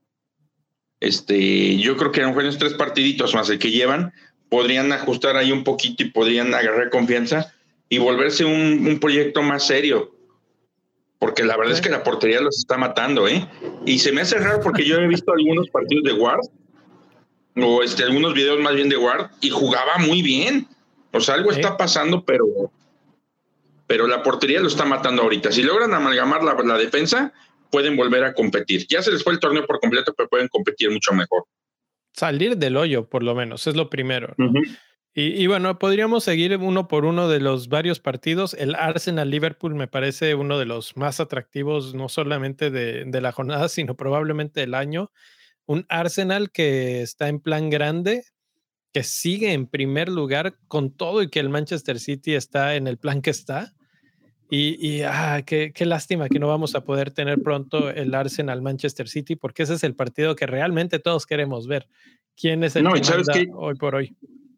Este, yo creo que a lo mejor en estos tres partiditos más el que llevan, podrían ajustar ahí un poquito y podrían agarrar confianza y volverse un, un proyecto más serio. Porque la verdad sí. es que la portería los está matando, ¿eh? Y se me hace raro porque yo he visto algunos partidos de Ward, o este, algunos videos más bien de Ward, y jugaba muy bien. O sea, algo sí. está pasando, pero, pero la portería lo está matando ahorita. Si logran amalgamar la, la defensa, pueden volver a competir. Ya se les fue el torneo por completo, pero pueden competir mucho mejor. salir del hoyo, por lo menos, es lo primero, ¿no? Ujú. Y, y bueno, podríamos seguir uno por uno de los varios partidos. El Arsenal-Liverpool me parece uno de los más atractivos, no solamente de, de la jornada, sino probablemente del año. Un Arsenal que está en plan grande, que sigue en primer lugar con todo y que el Manchester City está en el plan que está. Y, y ah, qué, qué lástima que no vamos a poder tener pronto el Arsenal Manchester City, porque ese es el partido que realmente todos queremos ver. ¿Quién es el No, que y sabes manda que hoy por hoy?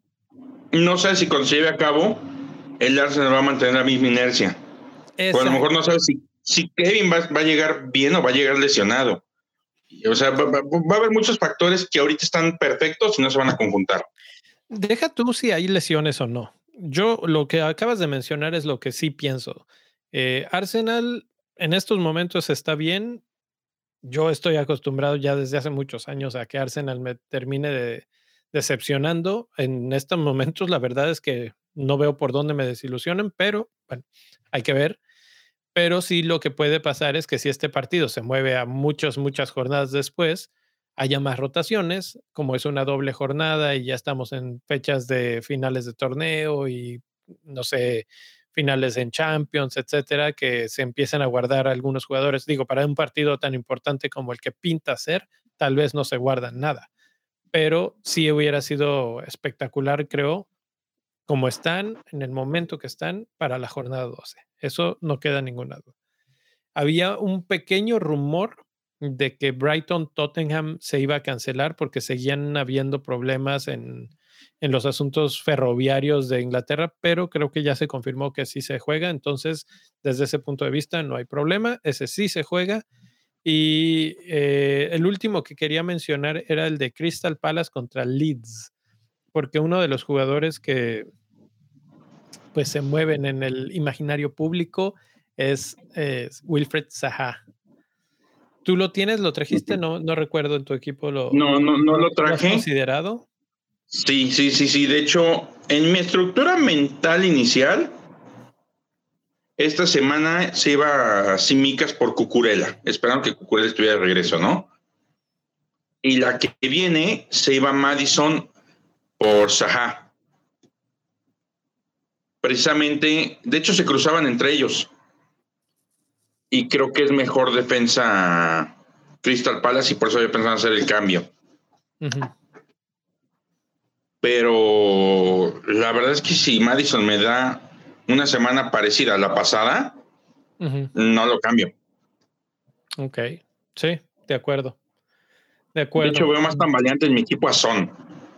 no sé si cuando se lleve a cabo, el Arsenal va a mantener la misma inercia. O a lo mejor no Exacto. sabes si, si Kevin va, va a llegar bien o va a llegar lesionado. O sea, va, va, va a haber muchos factores que ahorita están perfectos y no se van a conjuntar. Deja tú si hay lesiones o no. Yo lo que acabas de mencionar es lo que sí pienso. Eh, Arsenal en estos momentos está bien. Yo estoy acostumbrado ya desde hace muchos años a que Arsenal me termine de decepcionando. En estos momentos, la verdad es que no veo por dónde me desilusionen, pero bueno, hay que ver. Pero sí lo que puede pasar es que si este partido se mueve a muchas, muchas jornadas después, haya más rotaciones, como es una doble jornada y ya estamos en fechas de finales de torneo y no sé, finales en Champions, etcétera, que se empiezan a guardar algunos jugadores. Digo, para un partido tan importante como el que pinta ser, tal vez no se guardan nada, pero sí hubiera sido espectacular, creo, como están en el momento que están para la jornada doce. Eso no queda ninguna duda. Había un pequeño rumor de que Brighton Tottenham se iba a cancelar porque seguían habiendo problemas en, en los asuntos ferroviarios de Inglaterra, pero creo que ya se confirmó que sí se juega. Entonces, desde ese punto de vista, no hay problema. Ese sí se juega. Y eh, el último que quería mencionar era el de Crystal Palace contra Leeds, porque uno de los jugadores que pues se mueven en el imaginario público es, es Wilfred Zaha. ¿Tú lo tienes? ¿Lo trajiste? No, no recuerdo en tu equipo. ¿Lo, No, no, no lo, lo lo has traje. considerado? Sí, sí, sí, sí. De hecho, en mi estructura mental inicial, esta semana se iba a Simicas por Cucurella, esperando que Cucurella estuviera de regreso, ¿no? Y la que viene se iba Madison por Zaha. Precisamente, de hecho se cruzaban entre ellos. Y creo que es mejor defensa Crystal Palace y por eso había pensado hacer el cambio. Uh-huh. Pero la verdad es que si Madison me da una semana parecida a la pasada, Uh-huh. no lo cambio. Ok, sí, de acuerdo. De De hecho, acuerdo. veo más tambaleante en mi equipo a Son.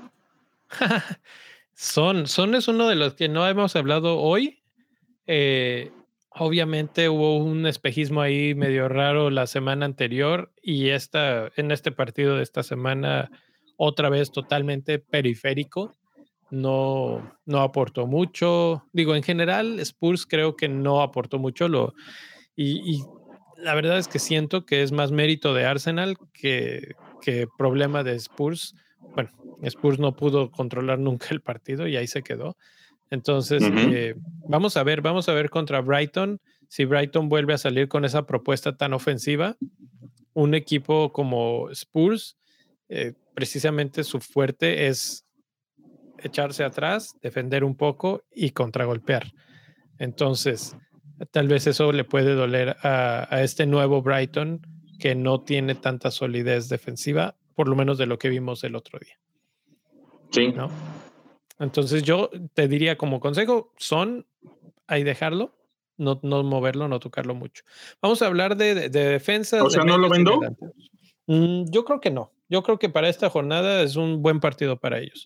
Son, Son es uno de los que no hemos hablado hoy. Eh, obviamente hubo un espejismo ahí medio raro la semana anterior y esta, en este partido de esta semana otra vez totalmente periférico. No, no aportó mucho. Digo, en general, Spurs creo que no aportó mucho. Lo, y, y la verdad es que siento que es más mérito de Arsenal que, que problema de Spurs. Bueno, Spurs no pudo controlar nunca el partido y ahí se quedó. Entonces, Uh-huh. eh, vamos a ver, vamos a ver contra Brighton si Brighton vuelve a salir con esa propuesta tan ofensiva. Un equipo como Spurs, eh, precisamente su fuerte es echarse atrás, defender un poco y contragolpear. Entonces, tal vez eso le puede doler a, a este nuevo Brighton que no tiene tanta solidez defensiva, por lo menos de lo que vimos el otro día, Sí. ¿no? Entonces yo te diría como consejo, son ahí dejarlo, no, no moverlo, no tocarlo mucho. Vamos a hablar de, de, de defensas, O de sea, ¿no lo medios y vendo? delanteros. Mm, yo creo que no. Yo creo que para esta jornada es un buen partido para ellos.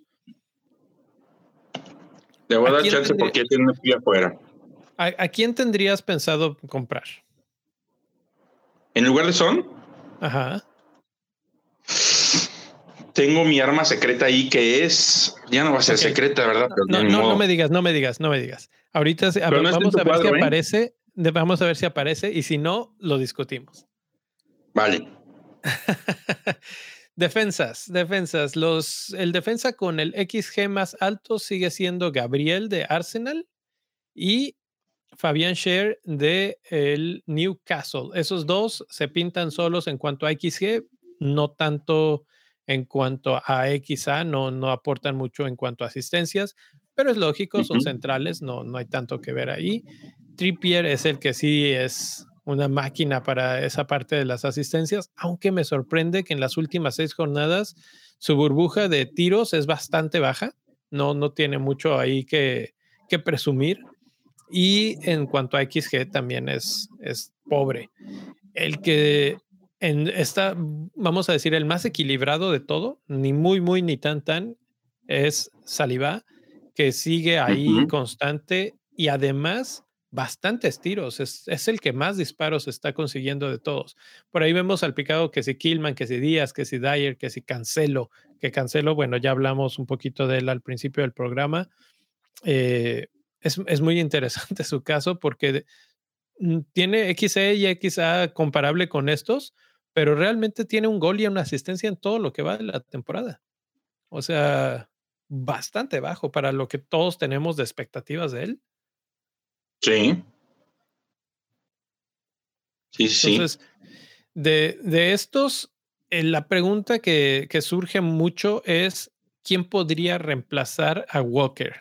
Le voy ¿A a dar quién, chance tendría, porque tiene una pilla afuera. a, ¿A quién tendrías pensado comprar? En lugar de Son, Ajá. tengo mi arma secreta ahí que es. Ya no va a ser Ok. secreta, ¿verdad? No, Pero no, ni no, no me modo. digas, no me digas, no me digas. Ahorita se- a Pero ver, no está en vamos tu a ver si cuadro, ¿eh? aparece, de- vamos a ver si aparece y si no, lo discutimos. Vale. Defensas, defensas. Los, el defensa con el X G más alto sigue siendo Gabriel de Arsenal y Fabián Scher de el Newcastle. Esos dos se pintan solos en cuanto a X G, no tanto En cuanto a X A, no, no aportan mucho en cuanto a asistencias, pero es lógico, son Ujú. centrales, no, no hay tanto que ver ahí. Trippier es el que sí es una máquina para esa parte de las asistencias, aunque me sorprende que en las últimas seis jornadas su burbuja de tiros es bastante baja, no, no tiene mucho ahí que, que presumir. Y en cuanto a X G también es, es pobre. El que en esta, vamos a decir, el más equilibrado de todo, ni muy, muy, ni tan, tan, es Saliba, que sigue ahí Ujú. constante y además bastantes tiros. Es, es el que más disparos está consiguiendo de todos. Por ahí vemos al picado que si Killman, que si Díaz, que si Dyer, que si Cancelo, que Cancelo, bueno, ya hablamos un poquito de él al principio del programa. Eh, es, es muy interesante su caso porque mm, tiene X E y X A comparable con estos, pero realmente tiene un gol y una asistencia en todo lo que va de la temporada. O sea, bastante bajo para lo que todos tenemos de expectativas de él. Sí, sí, sí. Entonces, de, de estos, eh, la pregunta que, que surge mucho es, ¿quién podría reemplazar a Walker?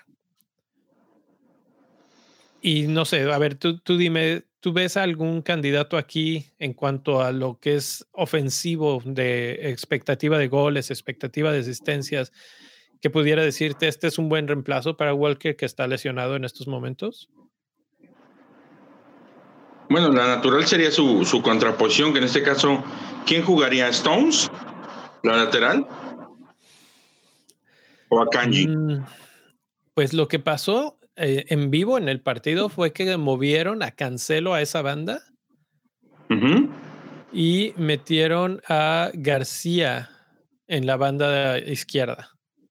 Y no sé, a ver, tú, tú dime, ¿tú ves algún candidato aquí en cuanto a lo que es ofensivo de expectativa de goles, expectativa de asistencias, que pudiera decirte este es un buen reemplazo para Walker que está lesionado en estos momentos? Bueno, la natural sería su, su contraposición, que en este caso, ¿quién jugaría? ¿Stones? ¿La lateral? ¿O a Kanji? Mm, pues lo que pasó eh, en vivo en el partido fue que movieron a Cancelo a esa banda Ujú. y metieron a García en la banda izquierda.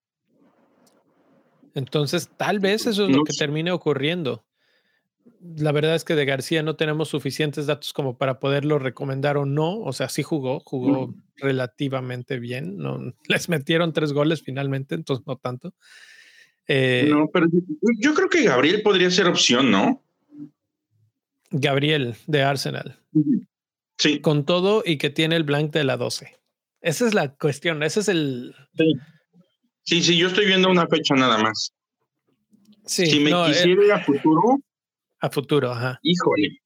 Entonces, tal vez eso es lo No que sé. termine ocurriendo. La verdad es que de García no tenemos suficientes datos como para poderlo recomendar o no. O sea, sí jugó, jugó relativamente bien. No, les metieron tres goles finalmente, entonces no tanto. Eh, No, pero yo, yo creo que Gabriel podría ser opción, ¿no? Gabriel de Arsenal, Ujú. Sí, con todo y que tiene el blank de la doce. Esa es la cuestión, ese es el... sí. Sí, sí, yo estoy viendo una fecha nada más. Si Sí, me no, eh, quisiera ir a futuro, a futuro, ajá. híjole,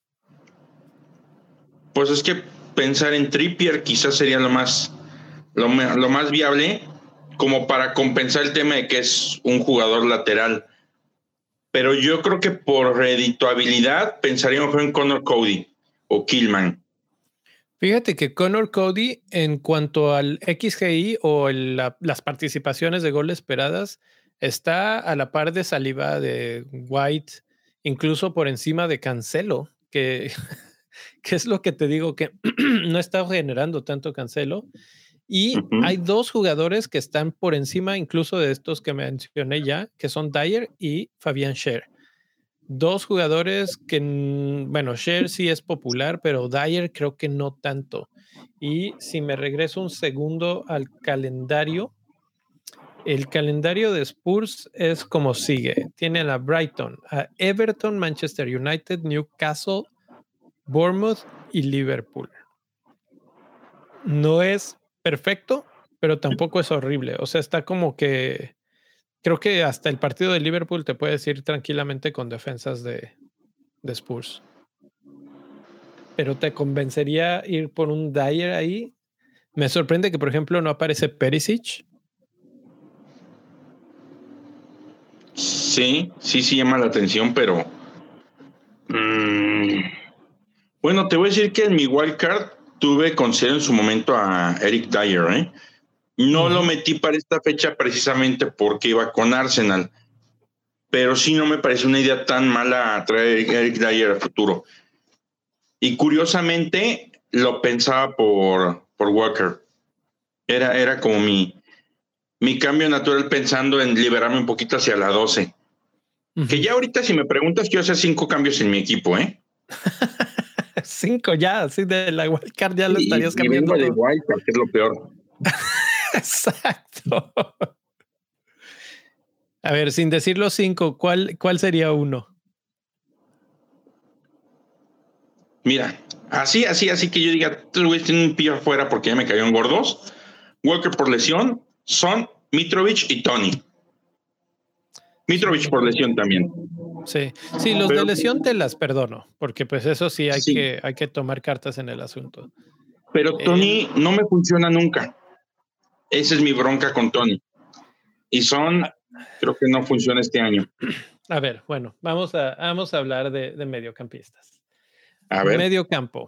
pues es que pensar en Trippier quizás sería lo más, lo, lo más viable, como para compensar el tema de que es un jugador lateral. Pero yo creo que por redituabilidad pensaría mejor en Connor Cody o Killman. Fíjate que Connor Cody, en cuanto al X G I o el, la, las participaciones de gol esperadas, está a la par de Saliba, de White, incluso por encima de Cancelo, que, que es lo que te digo, que no está generando tanto Cancelo. Y hay Uh-huh. dos jugadores que están por encima incluso de estos que mencioné ya, que son Dyer y Fabián Schär. Dos jugadores que, bueno, Sher sí es popular, pero Dyer creo que no tanto. Y si me regreso un segundo al calendario, el calendario de Spurs es como sigue. Tienen a Brighton, a Everton, Manchester United, Newcastle, Bournemouth y Liverpool. No es perfecto, pero tampoco es horrible. O sea, está como que creo que hasta el partido de Liverpool te puedes ir tranquilamente con defensas de, de Spurs. Pero te convencería ir por un Dyer ahí. Me sorprende que, por ejemplo, no aparece Perisic. Sí, sí, sí llama la atención, pero mmm, bueno, te voy a decir que en mi wildcard tuve considero en su momento a Eric Dyer, ¿eh? No lo Ujú. metí para esta fecha precisamente porque iba con Arsenal, pero sí no me parece una idea tan mala traer a Eric Dyer a futuro. Y curiosamente lo pensaba por, por Walker. Era, era como mi, mi cambio natural pensando en liberarme un poquito hacia la doce. Que Ujú. ya ahorita si me preguntas quiero hacer cinco cambios en mi equipo, ¿eh? Cinco ya, así de la wildcard ya lo Y, estarías y cambiando vengo de todo. Wildcard, que es lo peor. Exacto. A ver, sin decir los cinco, ¿cuál, cuál sería uno? Mira, así, así, así que yo diga, estos güeyes tienen un pillo afuera porque ya me cayeron gordos. Walker por lesión, Son, Mitrovic y Tony. Mitrovic por lesión también. Sí, sí, los Pero, de lesión te las perdono, porque pues eso sí hay, sí. Que, hay que tomar cartas en el asunto. Pero Tony eh, no me funciona nunca. Esa es mi bronca con Tony. Y Son, creo que no funciona este año. A ver, bueno, vamos a, vamos a hablar de, de mediocampistas. A ver. Medio campo.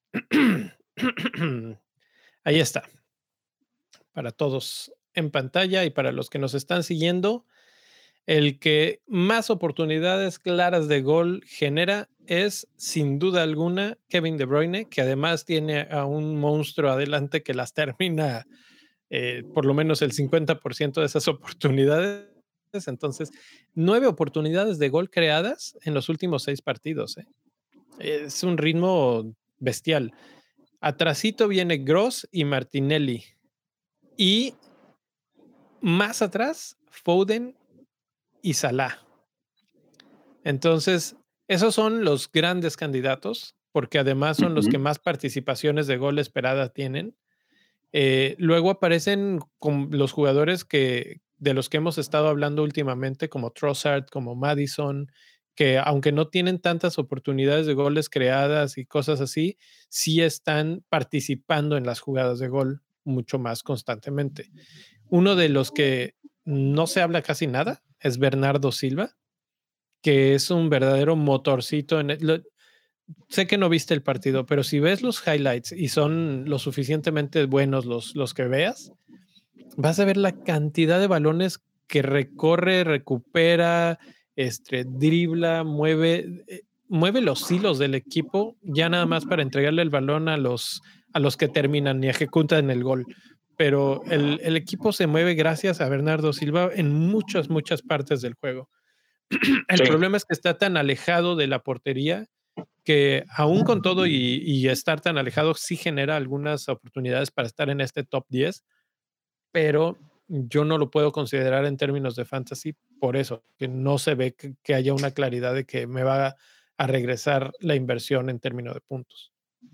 Ahí está. Para todos en pantalla y para los que nos están siguiendo, el que más oportunidades claras de gol genera es, sin duda alguna, Kevin De Bruyne, que además tiene a un monstruo adelante que las termina eh, por lo menos el cincuenta por ciento de esas oportunidades. Entonces, nueve oportunidades de gol creadas en los últimos seis partidos. ¿eh? Es un ritmo bestial. Atrasito viene Gross y Martinelli. Y más atrás, Foden y Salah. Entonces, esos son los grandes candidatos, porque además son uh-huh. los que más participaciones de gol esperada tienen. Eh, luego aparecen con los jugadores que, de los que hemos estado hablando últimamente, como Trossard, como Maddison, que aunque no tienen tantas oportunidades de goles creadas y cosas así, sí están participando en las jugadas de gol mucho más constantemente. Uno de los que no se habla casi nada es Bernardo Silva, que es un verdadero motorcito. En el, lo, sé que no viste el partido, pero si ves los highlights y son lo suficientemente buenos los, los que veas, vas a ver la cantidad de balones que recorre, recupera, este, dribla, mueve, eh, mueve los hilos del equipo ya nada más para entregarle el balón a los, a los que terminan y ejecutan el gol. Pero el, el equipo se mueve gracias a Bernardo Silva en muchas, muchas partes del juego. El sí. problema es que está tan alejado de la portería que aún con todo y, y estar tan alejado sí genera algunas oportunidades para estar en este top diez, pero yo no lo puedo considerar en términos de fantasy por eso, que no se ve que, que haya una claridad de que me va a, a regresar la inversión en términos de puntos.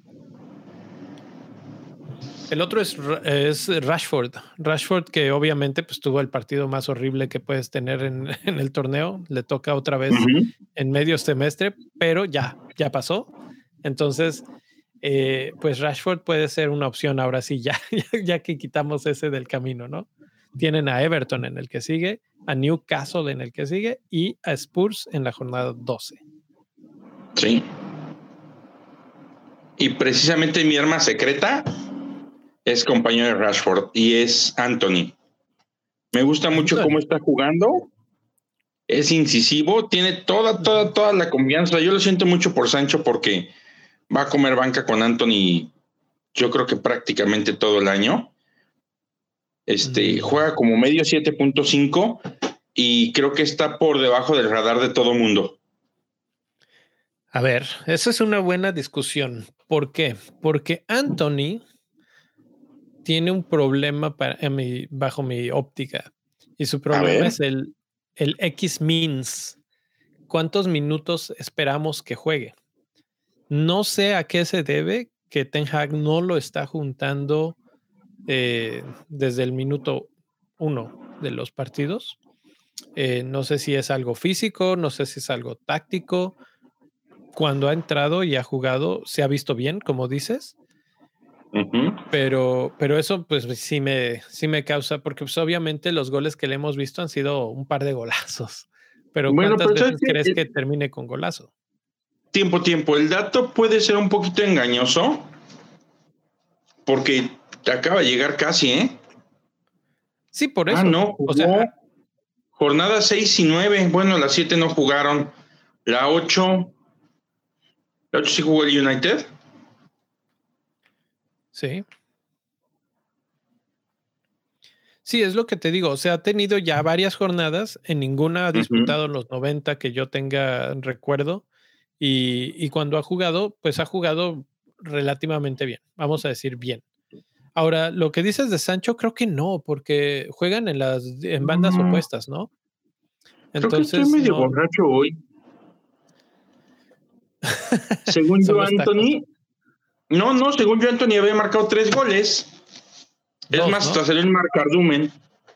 El otro es, es Rashford. Rashford, que obviamente pues, tuvo el partido más horrible que puedes tener en, en el torneo. Le toca otra vez uh-huh. en medio semestre, pero ya, ya pasó. Entonces, eh, pues Rashford puede ser una opción ahora sí, ya, ya, ya que quitamos ese del camino, ¿no? Tienen a Everton en el que sigue, a Newcastle en el que sigue y a Spurs en la jornada doce. Sí. Y precisamente mi arma secreta es compañero de Rashford y es Anthony. Me gusta mucho Anthony. Cómo está jugando. Es incisivo, tiene toda, toda, toda la confianza. Yo lo siento mucho por Sancho porque va a comer banca con Anthony, yo creo que prácticamente todo el año. Este, mm. Juega como medio siete punto cinco y creo que está por debajo del radar de todo mundo. A ver, esa es una buena discusión. ¿Por qué? Porque Anthony tiene un problema para, en mi, bajo mi óptica. Y su problema es el, el X-Means. ¿Cuántos minutos esperamos que juegue? No sé a qué se debe que Ten Hag no lo está juntando eh, desde el minuto uno de los partidos. Eh, no sé si es algo físico, no sé si es algo táctico. Cuando ha entrado y ha jugado, se ha visto bien, como dices. Uh-huh. Pero, pero eso pues sí me, sí me causa, porque pues, obviamente los goles que le hemos visto han sido un par de golazos. Pero bueno, ¿cuántas pero veces que, crees que termine con golazo? Tiempo, tiempo. El dato puede ser un poquito engañoso porque acaba de llegar casi, ¿eh? Sí, por eso. Ah, no, jugó o sea, jornada seis y nueve. Bueno, las siete no jugaron. La ocho. ¿La ocho sí jugó el United? Sí. Sí, es lo que te digo. O sea, ha tenido ya varias jornadas. En ninguna ha disputado uh-huh. los noventa que yo tenga recuerdo. Y, y cuando ha jugado, pues ha jugado relativamente bien. Vamos a decir bien. Ahora, lo que dices de Sancho, creo que no, porque juegan en las en bandas uh-huh. opuestas, ¿no? Entonces, creo que estoy medio no... borracho hoy. Según yo, Anthony... No, no, según yo, Anthony había marcado tres goles. Es dos, más, ¿no? hasta salió el Marcardumen.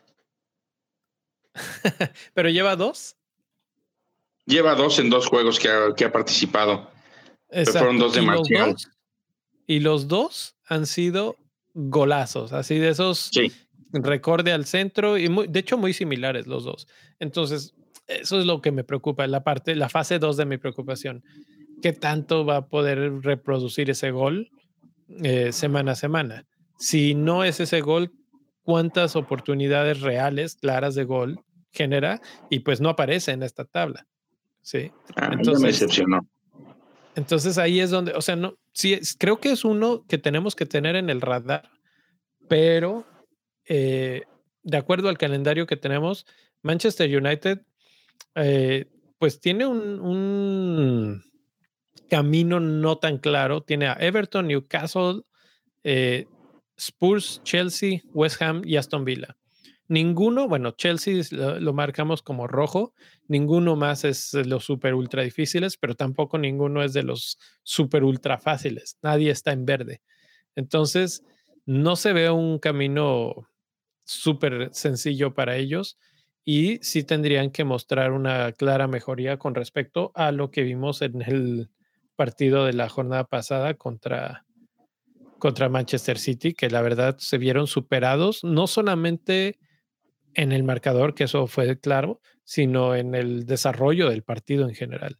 ¿Pero lleva dos? Lleva dos en dos juegos que ha, que ha participado. Pero fueron Exacto. dos de Y los Marcial. dos, y los dos han sido golazos, así de esos Sí. recorde al centro y muy, de hecho muy similares los dos. Entonces, eso es lo que me preocupa, la parte, la fase dos de mi preocupación. ¿Qué tanto va a poder reproducir ese gol eh, semana a semana? Si no es ese gol, ¿cuántas oportunidades reales, claras de gol genera? Y pues no aparece en esta tabla. Sí. Ah, ya me Entonces, decepcionó. entonces ahí es donde, o sea, no, sí, es- creo que es uno que tenemos que tener en el radar, pero eh, de acuerdo al calendario que tenemos, Manchester United, eh, pues tiene un, un camino no tan claro. Tiene a Everton, Newcastle, eh, Spurs, Chelsea, West Ham y Aston Villa. Ninguno, bueno, Chelsea lo, lo marcamos como rojo, ninguno más es de los super ultra difíciles, pero tampoco ninguno es de los super ultra fáciles. Nadie está en verde. Entonces, no se ve un camino súper sencillo para ellos y sí tendrían que mostrar una clara mejoría con respecto a lo que vimos en el partido de la jornada pasada contra, contra Manchester City, que la verdad se vieron superados, no solamente en el marcador, que eso fue claro, sino en el desarrollo del partido en general.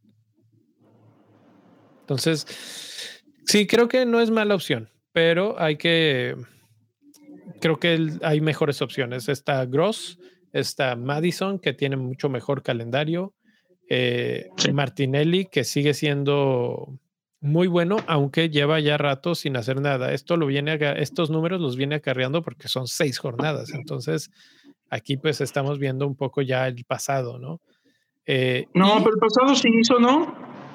Entonces, sí, creo que no es mala opción, pero hay que, creo que el- hay mejores opciones. Está Gross, está Madison, que tiene mucho mejor calendario, eh, Sí. Martinelli, que sigue siendo muy bueno, aunque lleva ya rato sin hacer nada. Esto lo viene a- estos números los viene acarreando porque son seis jornadas. Entonces, aquí pues estamos viendo un poco ya el pasado, ¿no? Eh, No, y pero el pasado sí hizo, ¿no?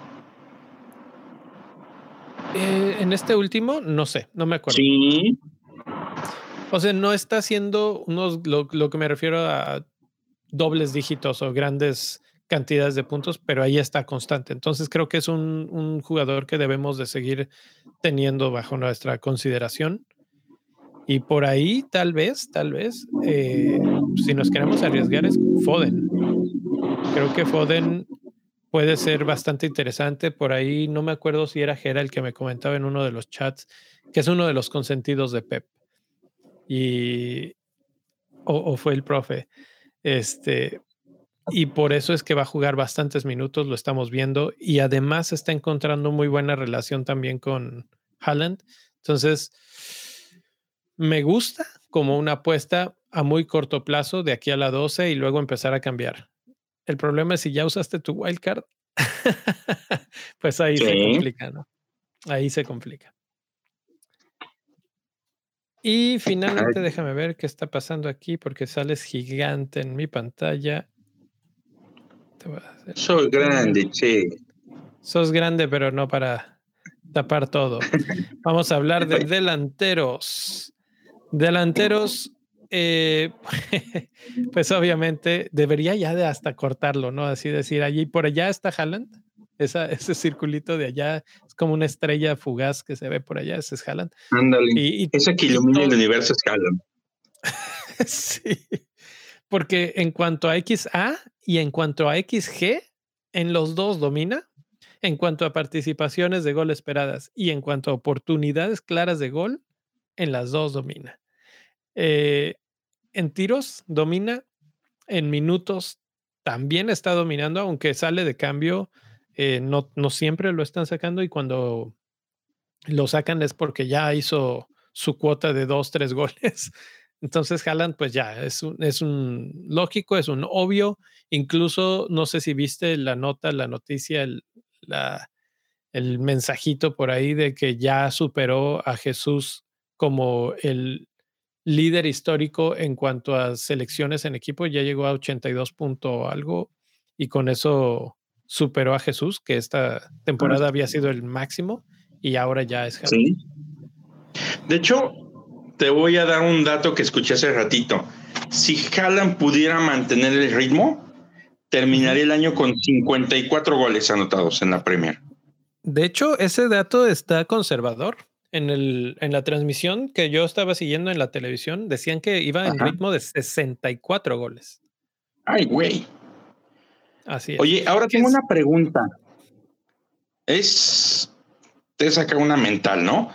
eh, en este último, no sé, no me acuerdo. Sí. O sea, no está haciendo unos, lo, lo que me refiero a dobles dígitos o grandes cantidades de puntos, pero ahí está constante. Entonces creo que es un, un jugador que debemos de seguir teniendo bajo nuestra consideración. Y por ahí, tal vez, tal vez, eh, si nos queremos arriesgar, es Foden. Creo que Foden puede ser bastante interesante. Por ahí no me acuerdo si era Gera el que me comentaba en uno de los chats, que es uno de los consentidos de Pep. Y, o, o fue el profe. Este, y por eso es que va a jugar bastantes minutos, lo estamos viendo. Y además está encontrando muy buena relación también con Haaland. Entonces, me gusta como una apuesta a muy corto plazo de aquí a la doce y luego empezar a cambiar. El problema es si ya usaste tu wildcard, pues ahí se Sí. complica, ¿no? Ahí se complica. Y finalmente Ay, déjame ver qué está pasando aquí porque sales gigante en mi pantalla. Te voy a hacer soy pequeño. grande, che. Sos grande, pero no para tapar todo. Vamos a hablar de delanteros. Delanteros, eh, pues obviamente debería ya de hasta cortarlo, ¿no? Así decir, allí por allá está Haaland. Esa, ese circulito de allá es como una estrella fugaz que se ve por allá, ese es Haaland. Ándale. Y, y, Ese que y ilumina el todo, universo es Haaland. sí, porque en cuanto a X A y en cuanto a X G, en los dos domina. En cuanto a participaciones de gol esperadas y en cuanto a oportunidades claras de gol, en las dos domina. Eh, en tiros domina, en minutos también está dominando, aunque sale de cambio, eh, no, no siempre lo están sacando y cuando lo sacan es porque ya hizo su cuota de dos, tres goles. Entonces Haaland, pues ya, es un, es un lógico, es un obvio. Incluso, no sé si viste la nota, la noticia, el, la, el mensajito por ahí de que ya superó a Jesús como el líder histórico en cuanto a selecciones en equipo, ya llegó a ochenta y dos punto algo y con eso superó a Jesús, que esta temporada había sido el máximo y ahora ya es Haaland. Sí. De hecho, te voy a dar un dato que escuché hace ratito. Si Haaland pudiera mantener el ritmo, terminaría uh-huh. el año con cincuenta y cuatro goles anotados en la Premier. De hecho, ese dato está conservador. En, el, en la transmisión que yo estaba siguiendo en la televisión, decían que iba en Ajá. ritmo de sesenta y cuatro goles. Ay, güey. Así es. Oye, ahora ¿Qué tengo es? una pregunta. Es, te saca una mental, ¿no?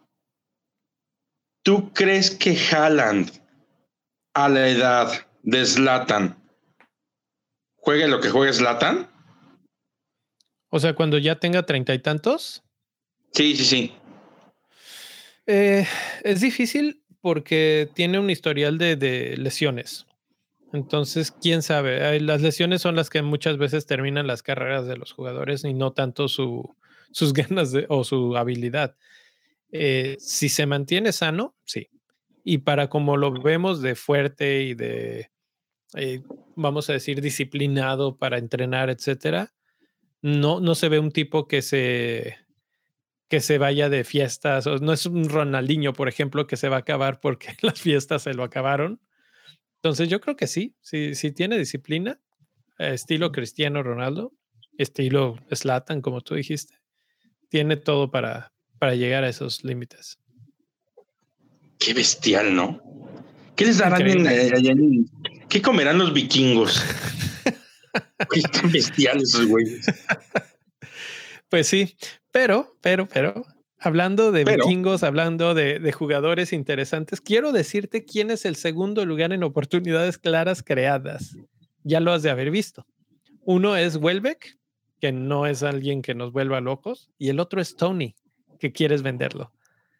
¿Tú crees que Haaland, a la edad de Zlatan, juegue lo que juegue Zlatan? O sea, cuando ya tenga treinta y tantos. Sí, sí, sí. Eh, es difícil porque tiene un historial de, de lesiones. Entonces, quién sabe. Las lesiones son las que muchas veces terminan las carreras de los jugadores y no tanto su, sus ganas de, o su habilidad. Eh, si se mantiene sano, sí. Y para como lo vemos de fuerte y de, eh, vamos a decir, disciplinado para entrenar, etcétera, no, no se ve un tipo que se, que se vaya de fiestas. O no es un Ronaldinho, por ejemplo, que se va a acabar porque las fiestas se lo acabaron. Entonces yo creo que sí, sí, sí tiene disciplina, eh, estilo Cristiano Ronaldo, estilo Zlatan, como tú dijiste. Tiene todo para, para llegar a esos límites. Qué bestial, ¿no? ¿Qué les darán en, Increíble. allá en, ¿qué comerán los vikingos? Qué tan bestiales esos güeyes. Pues sí, pero, pero, pero, hablando de Pero, vikingos, hablando de, de jugadores interesantes, quiero decirte quién es el segundo lugar en oportunidades claras creadas. Ya lo has de haber visto. Uno es Welbeck, que no es alguien que nos vuelva locos, y el otro es Tony, que quieres venderlo.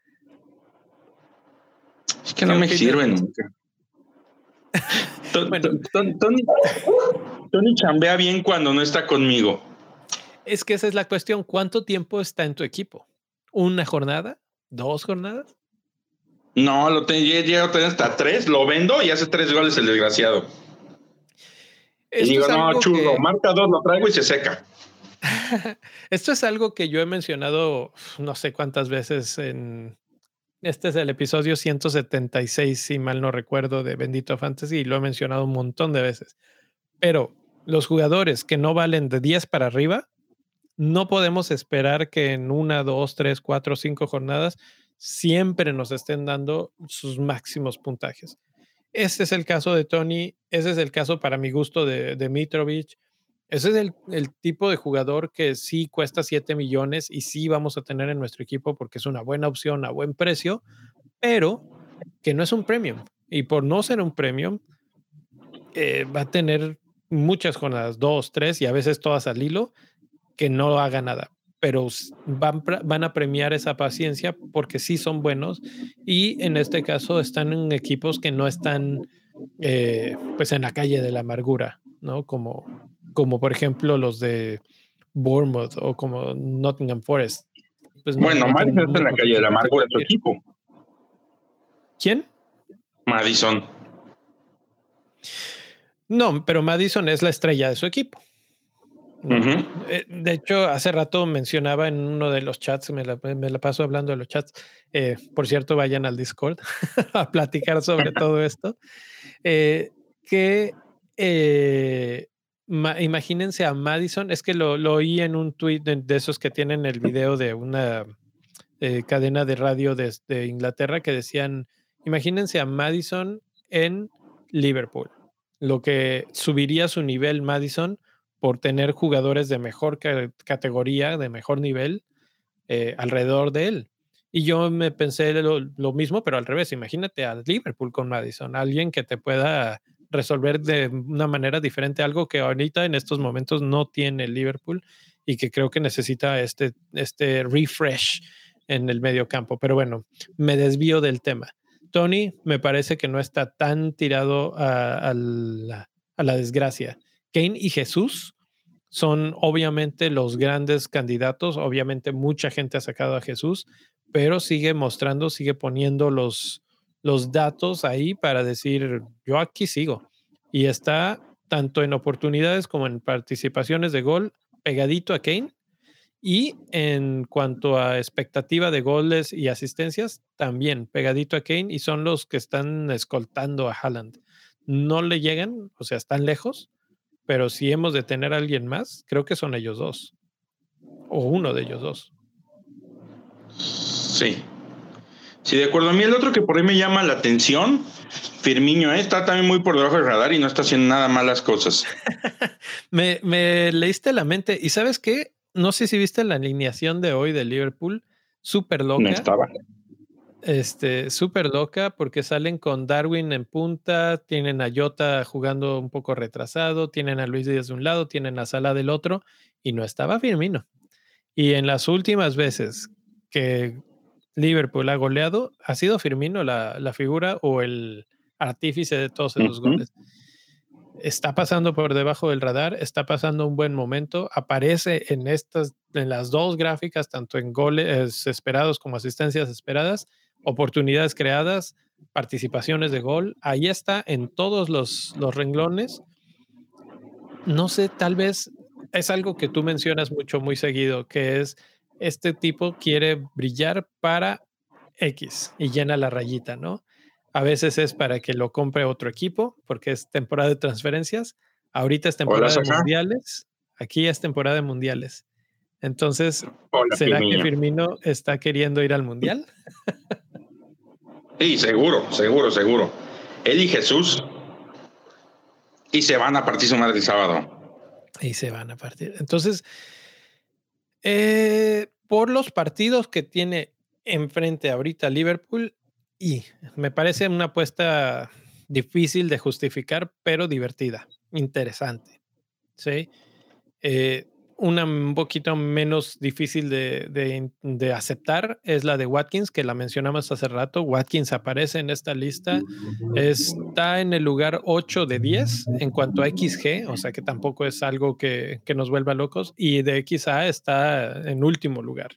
es que ¿Qué no me opinas de sirven eso? nunca. Ton- Bueno, ton- ton- Tony, Tony chambea bien cuando no está conmigo. es que esa es la cuestión. ¿Cuánto tiempo está en tu equipo? ¿Una jornada? ¿Dos jornadas? No, lo te, llego a tener hasta tres, lo vendo y hace tres goles el desgraciado. Y Esto digo, es no, algo churro, que marca dos, lo traigo y se seca. esto es algo que yo he mencionado no sé cuántas veces en este es el episodio ciento setenta y seis, si mal no recuerdo, de Bendito Fantasy, y lo he mencionado un montón de veces. Pero los jugadores que no valen de diez para arriba, no podemos esperar que en una, dos, tres, cuatro, cinco jornadas siempre nos estén dando sus máximos puntajes. Este es el caso de Tony, ese es el caso para mi gusto de, de Mitrovic. Ese es el, el tipo de jugador que sí cuesta siete millones y sí vamos a tener en nuestro equipo porque es una buena opción a buen precio, pero que no es un premium. Y por no ser un premium, eh, va a tener muchas jornadas, dos, tres y a veces todas al hilo, que no haga nada. Pero van, van a premiar esa paciencia porque sí son buenos y en este caso están en equipos que no están eh, pues en la calle de la amargura, ¿no? Como, como por ejemplo los de Bournemouth o como Nottingham Forest. Pues no, Bueno, no tienen Madison está en la mucho calle de con la qué amargura de su competir. equipo. ¿Quién? Madison. No, pero Madison es la estrella de su equipo. ¿No? Uh-huh. Eh, de hecho, hace rato mencionaba en uno de los chats, me la, me la paso hablando de los chats. Eh, por cierto, vayan al Discord a platicar sobre todo esto. Eh, que eh, ma, imagínense a Madison, es que lo, lo oí en un tweet de, de esos que tienen el video de una eh, cadena de radio de, de Inglaterra que decían, imagínense a Madison en Liverpool, lo que subiría su nivel Madison por tener jugadores de mejor ca categoría, de mejor nivel eh, alrededor de él. Y yo me pensé lo, lo mismo, pero al revés. Imagínate a Liverpool con Madison, alguien que te pueda resolver de una manera diferente algo que ahorita en estos momentos no tiene Liverpool y que creo que necesita este, este refresh en el medio campo. Pero bueno, me desvío del tema. Tony me parece que no está tan tirado a, a, la, a la desgracia. Kane y Jesús son obviamente los grandes candidatos. Obviamente mucha gente ha sacado a Jesús, pero sigue mostrando, sigue poniendo los, los datos ahí para decir, yo aquí sigo. Y está tanto en oportunidades como en participaciones de gol pegadito a Kane. Y en cuanto a expectativa de goles y asistencias, también pegadito a Kane y son los que están escoltando a Haaland. No le llegan, o sea, están lejos, pero si hemos de tener a alguien más, creo que son ellos dos. O uno de ellos dos. Sí. Sí, de acuerdo. A mí el otro que por ahí me llama la atención, Firmino, ¿eh? Está también muy por debajo del radar y no está haciendo nada malas cosas. me, me leíste la mente. ¿Y sabes qué? No sé si viste la alineación de hoy de Liverpool. Súper loca. No estaba. Este, súper loca porque salen con Darwin en punta, tienen a Jota jugando un poco retrasado, tienen a Luis Díaz de un lado, tienen a Salah del otro y no estaba Firmino. Y en las últimas veces que Liverpool ha goleado, ha sido Firmino la, la figura o el artífice de todos esos Uh-huh. goles. Está pasando por debajo del radar, está pasando un buen momento, aparece en estas, en las dos gráficas, tanto en goles esperados como asistencias esperadas, oportunidades creadas, participaciones de gol, ahí está en todos los, los renglones. No sé, tal vez es algo que tú mencionas mucho, muy seguido, que es este tipo quiere brillar para X y llena la rayita, ¿no? A veces es para que lo compre otro equipo, porque es temporada de transferencias. Ahorita es Hola, temporada de Saja. mundiales. Aquí es temporada de mundiales. Entonces, Hola, ¿será Firmino. que Firmino está queriendo ir al mundial? Sí, seguro, seguro, seguro. Él y Jesús. Y se van a partir su madre el sábado. Y se van a partir. Entonces, eh, por los partidos que tiene enfrente ahorita Liverpool, y me parece una apuesta difícil de justificar, pero divertida, interesante. ¿Sí? Eh, una un poquito menos difícil de, de, de aceptar es la de Watkins, que la mencionamos hace rato. Watkins aparece en esta lista, está en el lugar ocho de diez en cuanto a X G, o sea que tampoco es algo que, que nos vuelva locos, y de X A está en último lugar.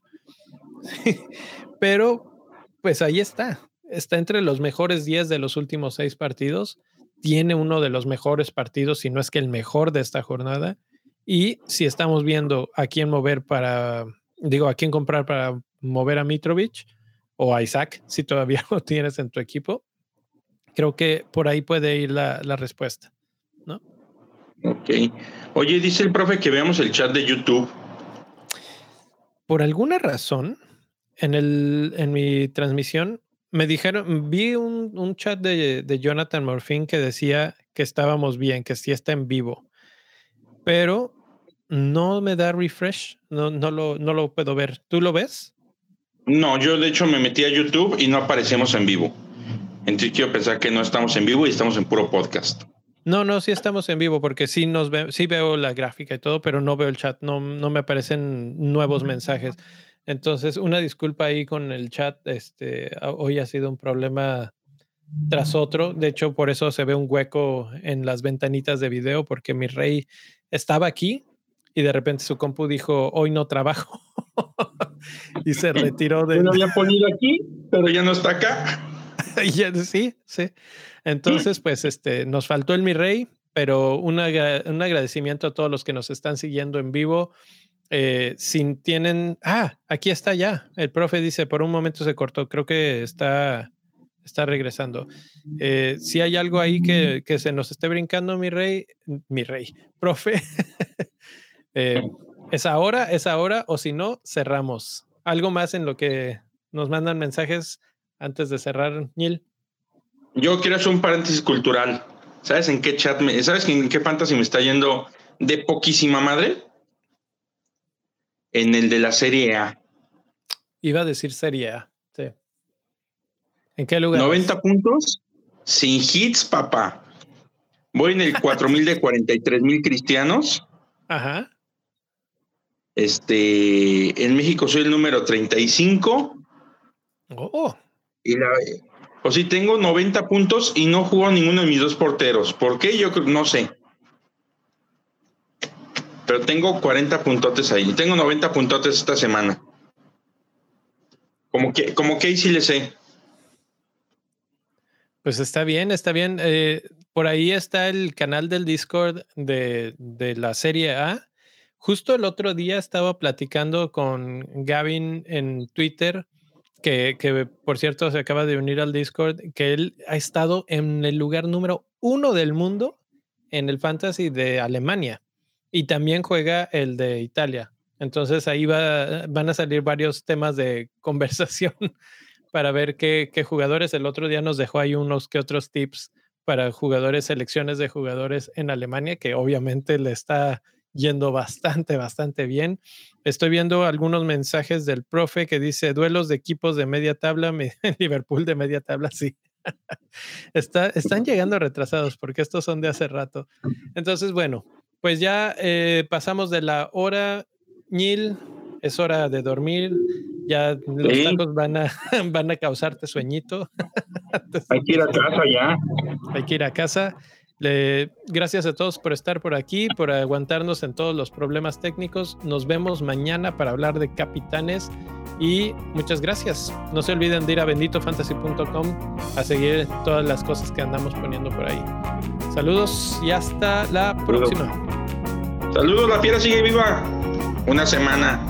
Pero pues ahí está, está entre los mejores diez de los últimos seis partidos, tiene uno de los mejores partidos, si no es que el mejor de esta jornada. Y si estamos viendo a quién mover para, digo, a quién comprar para mover a Mitrovic o a Isaac, si todavía lo tienes en tu equipo, creo que por ahí puede ir la, la respuesta, ¿no? Ok. Oye, dice el profe que veamos el chat de YouTube. Por alguna razón, en, el, en mi transmisión, me dijeron, vi un, un chat de, de Jonathan Morfin que decía que estábamos bien, que sí está en vivo, pero no me da refresh, no, no, lo, no lo puedo ver. ¿Tú lo ves? No, yo de hecho me metí a YouTube y no aparecemos en vivo. Entonces quiero pensar que no estamos en vivo y estamos en puro podcast. No, no, sí estamos en vivo porque sí nos ve, sí veo la gráfica y todo, pero no veo el chat, no, no me aparecen nuevos mensajes. Entonces, una disculpa ahí con el chat. Este, hoy ha sido un problema tras otro. De hecho, por eso se ve un hueco en las ventanitas de video, porque mi rey estaba aquí y de repente su compu dijo, hoy no trabajo. Y se retiró de... Yo lo había ponido aquí, pero ya no está acá. Sí, sí. Entonces, pues este, nos faltó el mi rey, pero una, un agradecimiento a todos los que nos están siguiendo en vivo. Eh, si tienen... Ah, aquí está ya. El profe dice, por un momento se cortó. Creo que está... Está regresando. Eh, si hay algo ahí que, que se nos esté brincando, mi rey, mi rey, profe, eh, es ahora, es ahora, o si no, cerramos. ¿Algo más en lo que nos mandan mensajes antes de cerrar, Nil? Yo quiero hacer un paréntesis cultural. ¿Sabes en qué chat me, ¿sabes en qué fantasy me está yendo de poquísima madre? En el de la Serie A. Iba a decir Serie A. Sí. ¿En qué lugar noventa vas? puntos, sin hits, papá. Voy en el cuatro mil de cuarenta y tres mil cristianos. Ajá. Este, en México soy el número treinta y cinco. Oh. Y la, o si tengo noventa puntos y no juego ninguno de mis dos porteros. ¿Por qué? Yo no sé. Pero tengo cuarenta puntotes ahí. Tengo noventa puntotes esta semana. Como que, como que ahí sí le sé. Pues está bien, está bien. Eh, por ahí está el canal del Discord de, de la Serie A. Justo el otro día estaba platicando con Gavin en Twitter, que, que por cierto se acaba de unir al Discord, que él ha estado en el lugar número uno del mundo en el Fantasy de Alemania y también juega el de Italia. Entonces ahí va, van a salir varios temas de conversación para ver qué, qué jugadores. El otro día nos dejó ahí unos que otros tips para jugadores, selecciones de jugadores en Alemania, que obviamente le está yendo bastante, bastante bien. Estoy viendo algunos mensajes del profe que dice duelos de equipos de media tabla, me, Liverpool de media tabla, sí. Está, están llegando retrasados porque estos son de hace rato. Entonces, bueno, pues ya eh, pasamos de la hora, Ñil, es hora de dormir. Ya los Sí. tacos van a, van a causarte sueñito. Hay que ir a casa ya. Hay que ir a casa. Le, gracias a todos por estar por aquí, por aguantarnos en todos los problemas técnicos. Nos vemos mañana para hablar de capitanes y muchas gracias. No se olviden de ir a bendito fantasy punto com a seguir todas las cosas que andamos poniendo por ahí. Saludos y hasta la próxima. Saludos, la fiera sigue viva. Una semana.